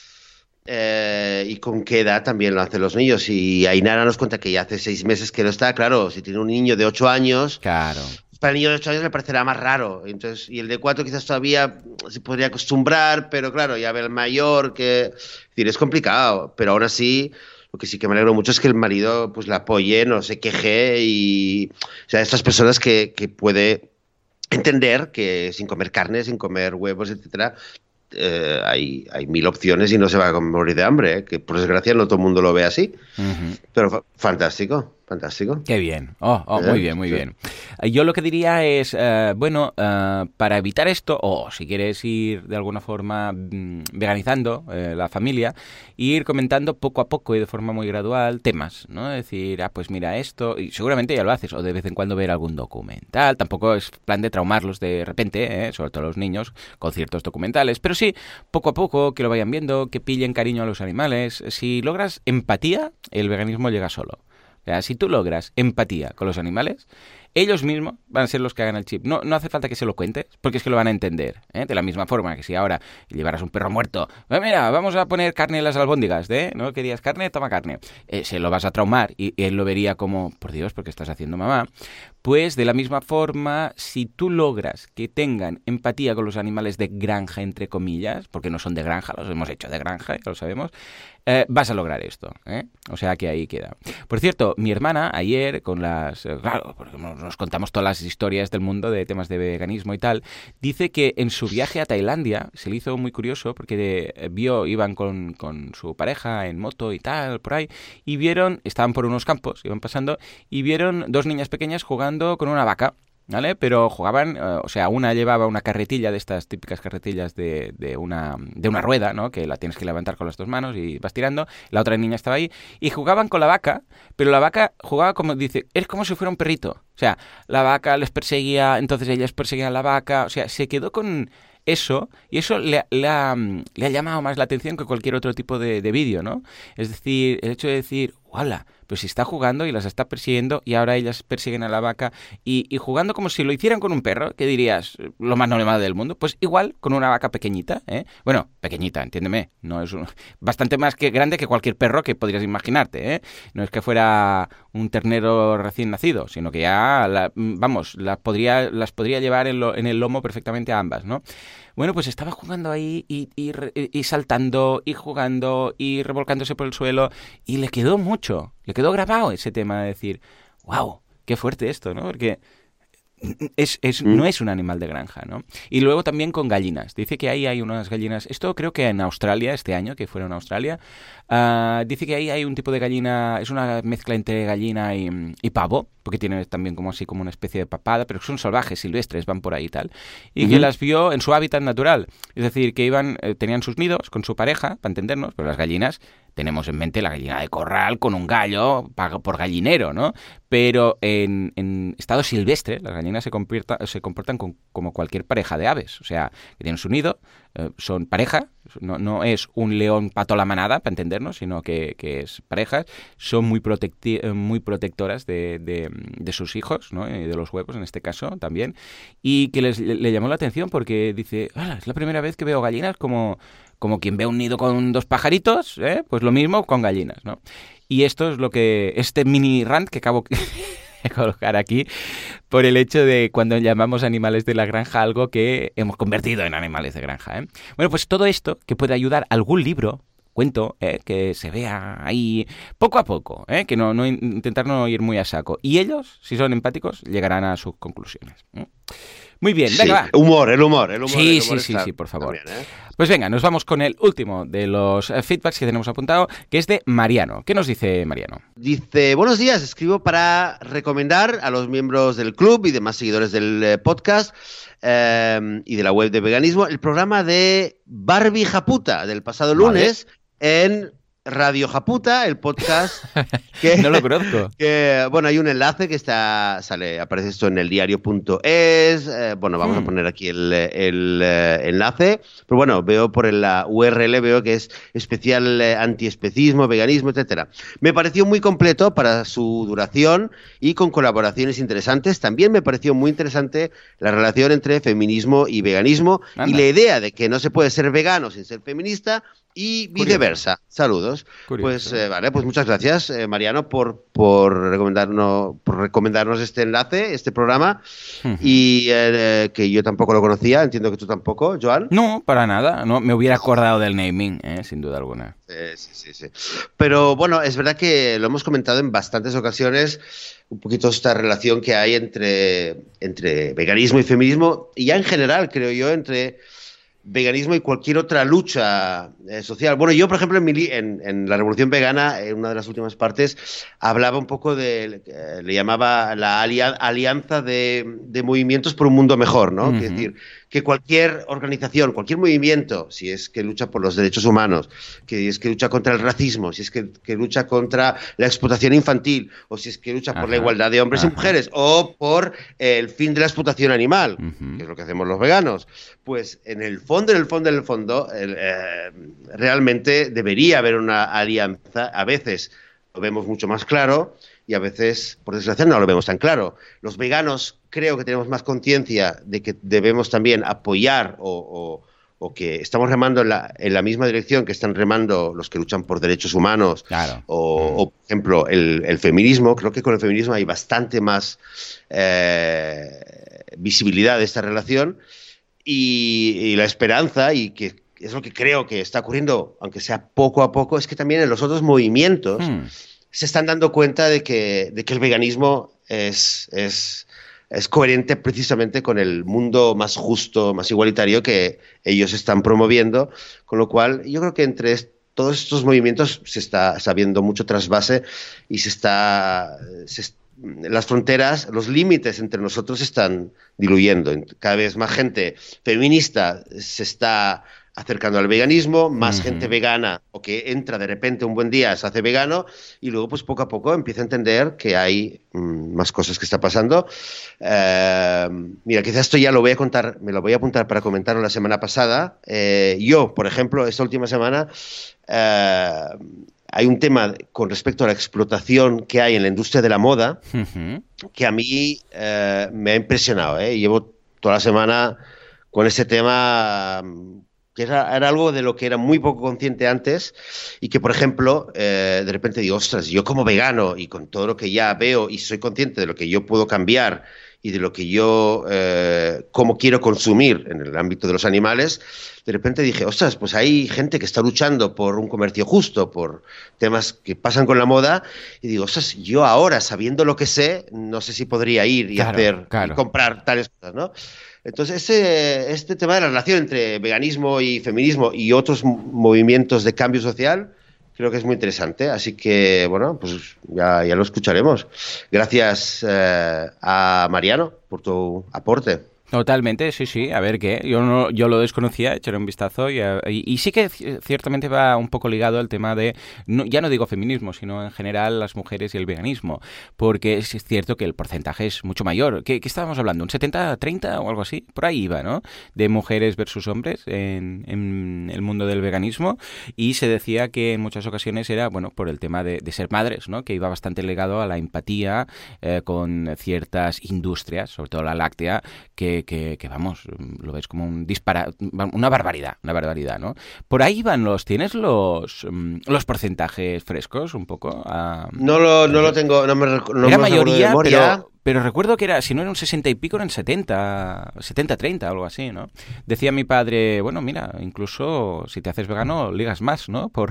eh, y con qué edad también lo hacen los niños. Y Ainara nos cuenta que ya hace seis meses que no está, claro, si tiene un niño de ocho años, claro, para el niño de ocho años le parecerá más raro. Entonces, y el de cuatro quizás todavía se podría acostumbrar, pero claro, ya ve el mayor, que es decir, es complicado, pero aún así... Lo que sí que me alegro mucho es que el marido pues la apoye, no se queje y... O sea, estas personas que, que puede entender que sin comer carne, sin comer huevos, etcétera, eh, hay, hay mil opciones y no se va a morir de hambre, ¿eh? Que por desgracia no todo el mundo lo ve así. Uh-huh. Pero fa- fantástico, fantástico. Qué bien. Oh, oh, muy bien, muy sí. bien. Yo lo que diría es, uh, bueno, uh, para evitar esto, o si quieres ir de alguna forma mm, veganizando eh, la familia, ir comentando poco a poco y de forma muy gradual temas, ¿no? Es decir, ah, pues mira esto, y seguramente ya lo haces, o de vez en cuando ver algún documental. Tampoco es plan de traumarlos de repente, ¿eh? Sobre todo los niños, con ciertos documentales, pero sí, poco a poco, que lo vayan viendo, que pillen cariño a los animales. Si logras empatía, el veganismo llega solo. O sea, si tú logras empatía con los animales, ellos mismos van a ser los que hagan el chip. No, no hace falta que se lo cuentes, porque es que lo van a entender, ¿eh? De la misma forma que si ahora llevaras un perro muerto, eh, mira, vamos a poner carne en las albóndigas, ¿eh? ¿No querías carne? Toma carne. Eh, se lo vas a traumar y él lo vería como, por Dios, ¿por qué estás haciendo, mamá? Pues de la misma forma, si tú logras que tengan empatía con los animales de granja, entre comillas, porque no son de granja, los hemos hecho de granja, ya lo sabemos, eh, vas a lograr esto, ¿eh? O sea que ahí queda. Por cierto, mi hermana ayer con las... Eh, claro, porque nos contamos todas las historias del mundo de temas de veganismo y tal, dice que en su viaje a Tailandia se le hizo muy curioso porque eh, vio, iban con, con su pareja en moto y tal, por ahí, y vieron, estaban por unos campos, iban pasando, y vieron dos niñas pequeñas jugando con una vaca, ¿vale? Pero jugaban, uh, o sea, una llevaba una carretilla de estas típicas carretillas de, de, una, de una rueda, ¿no? Que la tienes que levantar con las dos manos y vas tirando. La otra niña estaba ahí y jugaban con la vaca, pero la vaca jugaba como, dice, es como si fuera un perrito. O sea, la vaca les perseguía, entonces ellas perseguían a la vaca, o sea, se quedó con... eso, y eso le, le, ha, le ha llamado más la atención que cualquier otro tipo de, de vídeo, ¿no? Es decir, el hecho de decir, ¡hala! Pues si está jugando y las está persiguiendo y ahora ellas persiguen a la vaca y, y jugando como si lo hicieran con un perro, ¿qué dirías? Lo más normal del mundo. Pues igual con una vaca pequeñita, ¿eh? Bueno, pequeñita, entiéndeme, no es un, bastante más que grande que cualquier perro que podrías imaginarte, ¿eh? No es que fuera un ternero recién nacido, sino que ya, la, vamos, las podría, las podría llevar en, lo, en el lomo perfectamente a ambas, ¿no? Bueno, pues estaba jugando ahí y, y, y saltando y jugando y revolcándose por el suelo y le quedó mucho, le quedó grabado ese tema de decir, wow, qué fuerte esto, ¿no? Porque es, es, no es un animal de granja, ¿no? Y luego también con gallinas. Dice que ahí hay unas gallinas, esto creo que en Australia, este año que fueron a Australia, uh, dice que ahí hay un tipo de gallina, es una mezcla entre gallina y, y pavo, porque tiene también como así como una especie de papada, pero son salvajes, silvestres, van por ahí y tal, y uh-huh. que las vio en su hábitat natural. Es decir, que iban, eh, tenían sus nidos con su pareja, para entendernos, pero las gallinas, tenemos en mente la gallina de corral con un gallo por gallinero, ¿no? Pero en, en estado silvestre, las gallinas se, comporta, se comportan con, como cualquier pareja de aves, o sea, que tienen su nido, eh, son pareja, no, no es un león pato a la manada, para entendernos, sino que, que es parejas, son muy, protecti- muy protectoras de, de, de sus hijos, ¿no? Y de los huevos en este caso también, y que les, le, le llamó la atención porque dice, es la primera vez que veo gallinas como... como quien ve un nido con dos pajaritos, ¿eh? Pues lo mismo con gallinas, ¿no? Y esto es lo que, este mini rant que acabo de colocar aquí, por el hecho de cuando llamamos animales de la granja algo que hemos convertido en animales de granja, ¿eh? Bueno, pues todo esto que puede ayudar algún libro, cuento, ¿eh? Que se vea ahí poco a poco, ¿eh? Que no, no intentar no ir muy a saco. Y ellos, si son empáticos, llegarán a sus conclusiones, ¿eh? Muy bien, venga, sí, va. Humor, el humor, el humor. Sí, el humor sí, sí, sí, por favor. También, ¿eh? Pues venga, nos vamos con el último de los feedbacks que tenemos apuntado, que es de Mariano. ¿Qué nos dice Mariano? Dice, buenos días, escribo para recomendar a los miembros del club y demás seguidores del eh, podcast eh, y de la web de veganismo el programa de Barbie Japuta del pasado lunes, vale, en Radio Japuta, el podcast que... No lo conozco. Que, bueno, hay un enlace que está, sale, aparece esto en el diario punto es, eh, bueno, vamos hmm. a poner aquí el, el eh, enlace, pero bueno, veo por la U R L, veo que es especial eh, antiespecismo, veganismo, etcétera. Me pareció muy completo para su duración y con colaboraciones interesantes. También me pareció muy interesante la relación entre feminismo y veganismo. Anda. Y la idea de que no se puede ser vegano sin ser feminista y viceversa. Curioso. Saludos. Curioso. Pues eh, vale, pues muchas gracias, eh, Mariano, por, por, recomendarnos, por recomendarnos este enlace, este programa, uh-huh. y eh, que yo tampoco lo conocía, entiendo que tú tampoco, Joan. No, para nada, no me hubiera acordado del naming, eh, sin duda alguna. Eh, sí, sí, sí. Pero bueno, es verdad que lo hemos comentado en bastantes ocasiones, un poquito esta relación que hay entre, entre veganismo y feminismo, y ya en general, creo yo, entre veganismo y cualquier otra lucha eh, social. Bueno, yo, por ejemplo, en, mi, en, en la Revolución Vegana, en una de las últimas partes, hablaba un poco de, eh, le llamaba la alia, alianza de, de movimientos por un mundo mejor, ¿no? Uh-huh. Es decir, que cualquier organización, cualquier movimiento, si es que lucha por los derechos humanos, que es que lucha contra el racismo, si es que, que lucha contra la explotación infantil, o si es que lucha Ajá. por la igualdad de hombres Ajá. y mujeres, o por eh, el fin de la explotación animal, uh-huh. que es lo que hacemos los veganos, pues en el fondo, en el fondo, en el fondo, el, eh, realmente debería haber una alianza. A veces lo vemos mucho más claro y a veces, por desgracia, no lo vemos tan claro. Los veganos creo que tenemos más conciencia de que debemos también apoyar o, o, o que estamos remando en la, en la misma dirección que están remando los que luchan por derechos humanos, claro. o, mm. o, por ejemplo, el, el feminismo. Creo que con el feminismo hay bastante más eh, visibilidad de esta relación. Y, y la esperanza, y que es lo que creo que está ocurriendo, aunque sea poco a poco, es que también en los otros movimientos hmm. se están dando cuenta de que, de que el veganismo es, es, es coherente precisamente con el mundo más justo, más igualitario que ellos están promoviendo, con lo cual yo creo que entre todos estos movimientos se está sabiendo mucho trasvase y se está... Se está las fronteras, los límites entre nosotros se están diluyendo. Cada vez más gente feminista se está acercando al veganismo, más uh-huh. gente vegana o que entra de repente un buen día, se hace vegano y luego pues poco a poco empieza a entender que hay mmm, más cosas que está pasando. Eh, mira, quizás esto ya lo voy a contar, me lo voy a apuntar para comentarlo la semana pasada. Eh, yo, por ejemplo, esta última semana eh, hay un tema con respecto a la explotación que hay en la industria de la moda uh-huh. que a mí eh, me ha impresionado. ¿eh? Llevo toda la semana con ese tema que era, era algo de lo que era muy poco consciente antes y que, por ejemplo, eh, de repente digo, ostras, yo como vegano y con todo lo que ya veo y soy consciente de lo que yo puedo cambiar y de lo que yo, eh, cómo quiero consumir en el ámbito de los animales, de repente dije, ostras, pues hay gente que está luchando por un comercio justo, por temas que pasan con la moda, y digo, ostras, yo ahora, sabiendo lo que sé, no sé si podría ir y claro, hacer, claro. y comprar tales cosas, ¿no? Entonces, ese, este tema de la relación entre veganismo y feminismo y otros movimientos de cambio social, creo que es muy interesante, así que, bueno, pues ya, ya lo escucharemos. Gracias eh, a Mariano por tu aporte. Totalmente, sí, sí, a ver qué. Yo no, yo lo desconocía, echaré un vistazo y, y, y sí que ciertamente va un poco ligado al tema de, no, ya no digo feminismo, sino en general las mujeres y el veganismo, porque es cierto que el porcentaje es mucho mayor. ¿Qué, qué estábamos hablando? ¿Un setenta treinta o algo así? Por ahí iba, ¿no? De mujeres versus hombres en, en el mundo del veganismo, y se decía que en muchas ocasiones era, bueno, por el tema de, de ser madres, ¿no? Que iba bastante ligado a la empatía eh, con ciertas industrias, sobre todo la láctea, que Que, que vamos, lo ves como un dispara, una barbaridad, una barbaridad, ¿no? Por ahí van los, ¿tienes los los porcentajes frescos un poco? A, no lo, no lo tengo, no me, no era me mayoría, de memoria. pero, pero recuerdo que era, si no era un sesenta y pico, eran setenta, setenta treinta, algo así, ¿no? Decía mi padre, bueno, mira, incluso si te haces vegano, ligas más, ¿no? Por,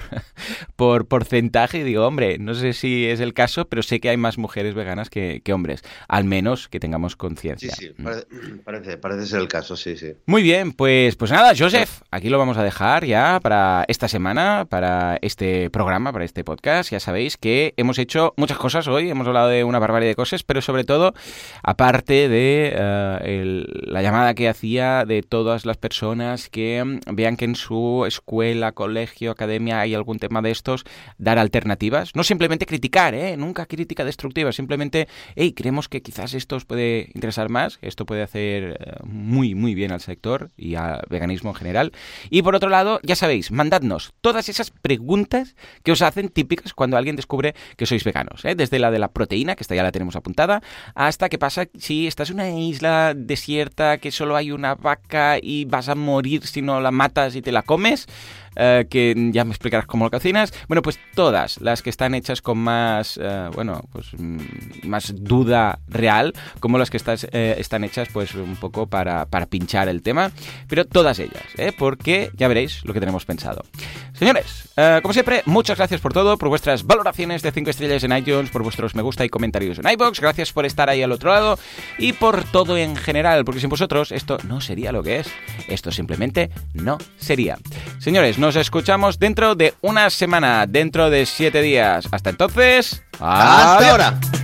por porcentaje, y digo, hombre, no sé si es el caso, pero sé que hay más mujeres veganas que, que hombres, al menos que tengamos conciencia. Sí, sí, parece, parece, parece ser el caso, sí, sí. Muy bien, pues, pues nada, Joseph, aquí lo vamos a dejar ya para esta semana, para este programa, para este podcast. Ya sabéis que hemos hecho muchas cosas hoy, hemos hablado de una barbaridad de cosas, pero sobre todo todo, aparte de uh, el, la llamada que hacía de todas las personas que um, vean que en su escuela, colegio, academia hay algún tema de estos, dar alternativas. No simplemente criticar, ¿eh? Nunca crítica destructiva, simplemente, hey, creemos que quizás esto os puede interesar más, esto puede hacer uh, muy, muy bien al sector y al veganismo en general. Y por otro lado, ya sabéis, mandadnos todas esas preguntas que os hacen típicas cuando alguien descubre que sois veganos, ¿eh? Desde la de la proteína, que esta ya la tenemos apuntada, hasta qué pasa si estás en una isla desierta que solo hay una vaca y vas a morir si no la matas y te la comes. Uh, que ya me explicarás cómo lo cocinas. Bueno, pues todas las que están hechas con más, uh, bueno, pues mm, más duda real, como las que estás, eh, están hechas pues un poco para, para pinchar el tema, pero todas ellas, ¿eh? Porque ya veréis lo que tenemos pensado. Señores, uh, como siempre, muchas gracias por todo, por vuestras valoraciones de cinco estrellas en iTunes, por vuestros me gusta y comentarios en iVoox, gracias por estar ahí al otro lado y por todo en general, porque sin vosotros esto no sería lo que es, esto simplemente no sería. Señores, nos escuchamos dentro de una semana, dentro de siete días. Hasta entonces, ¡hasta ahora!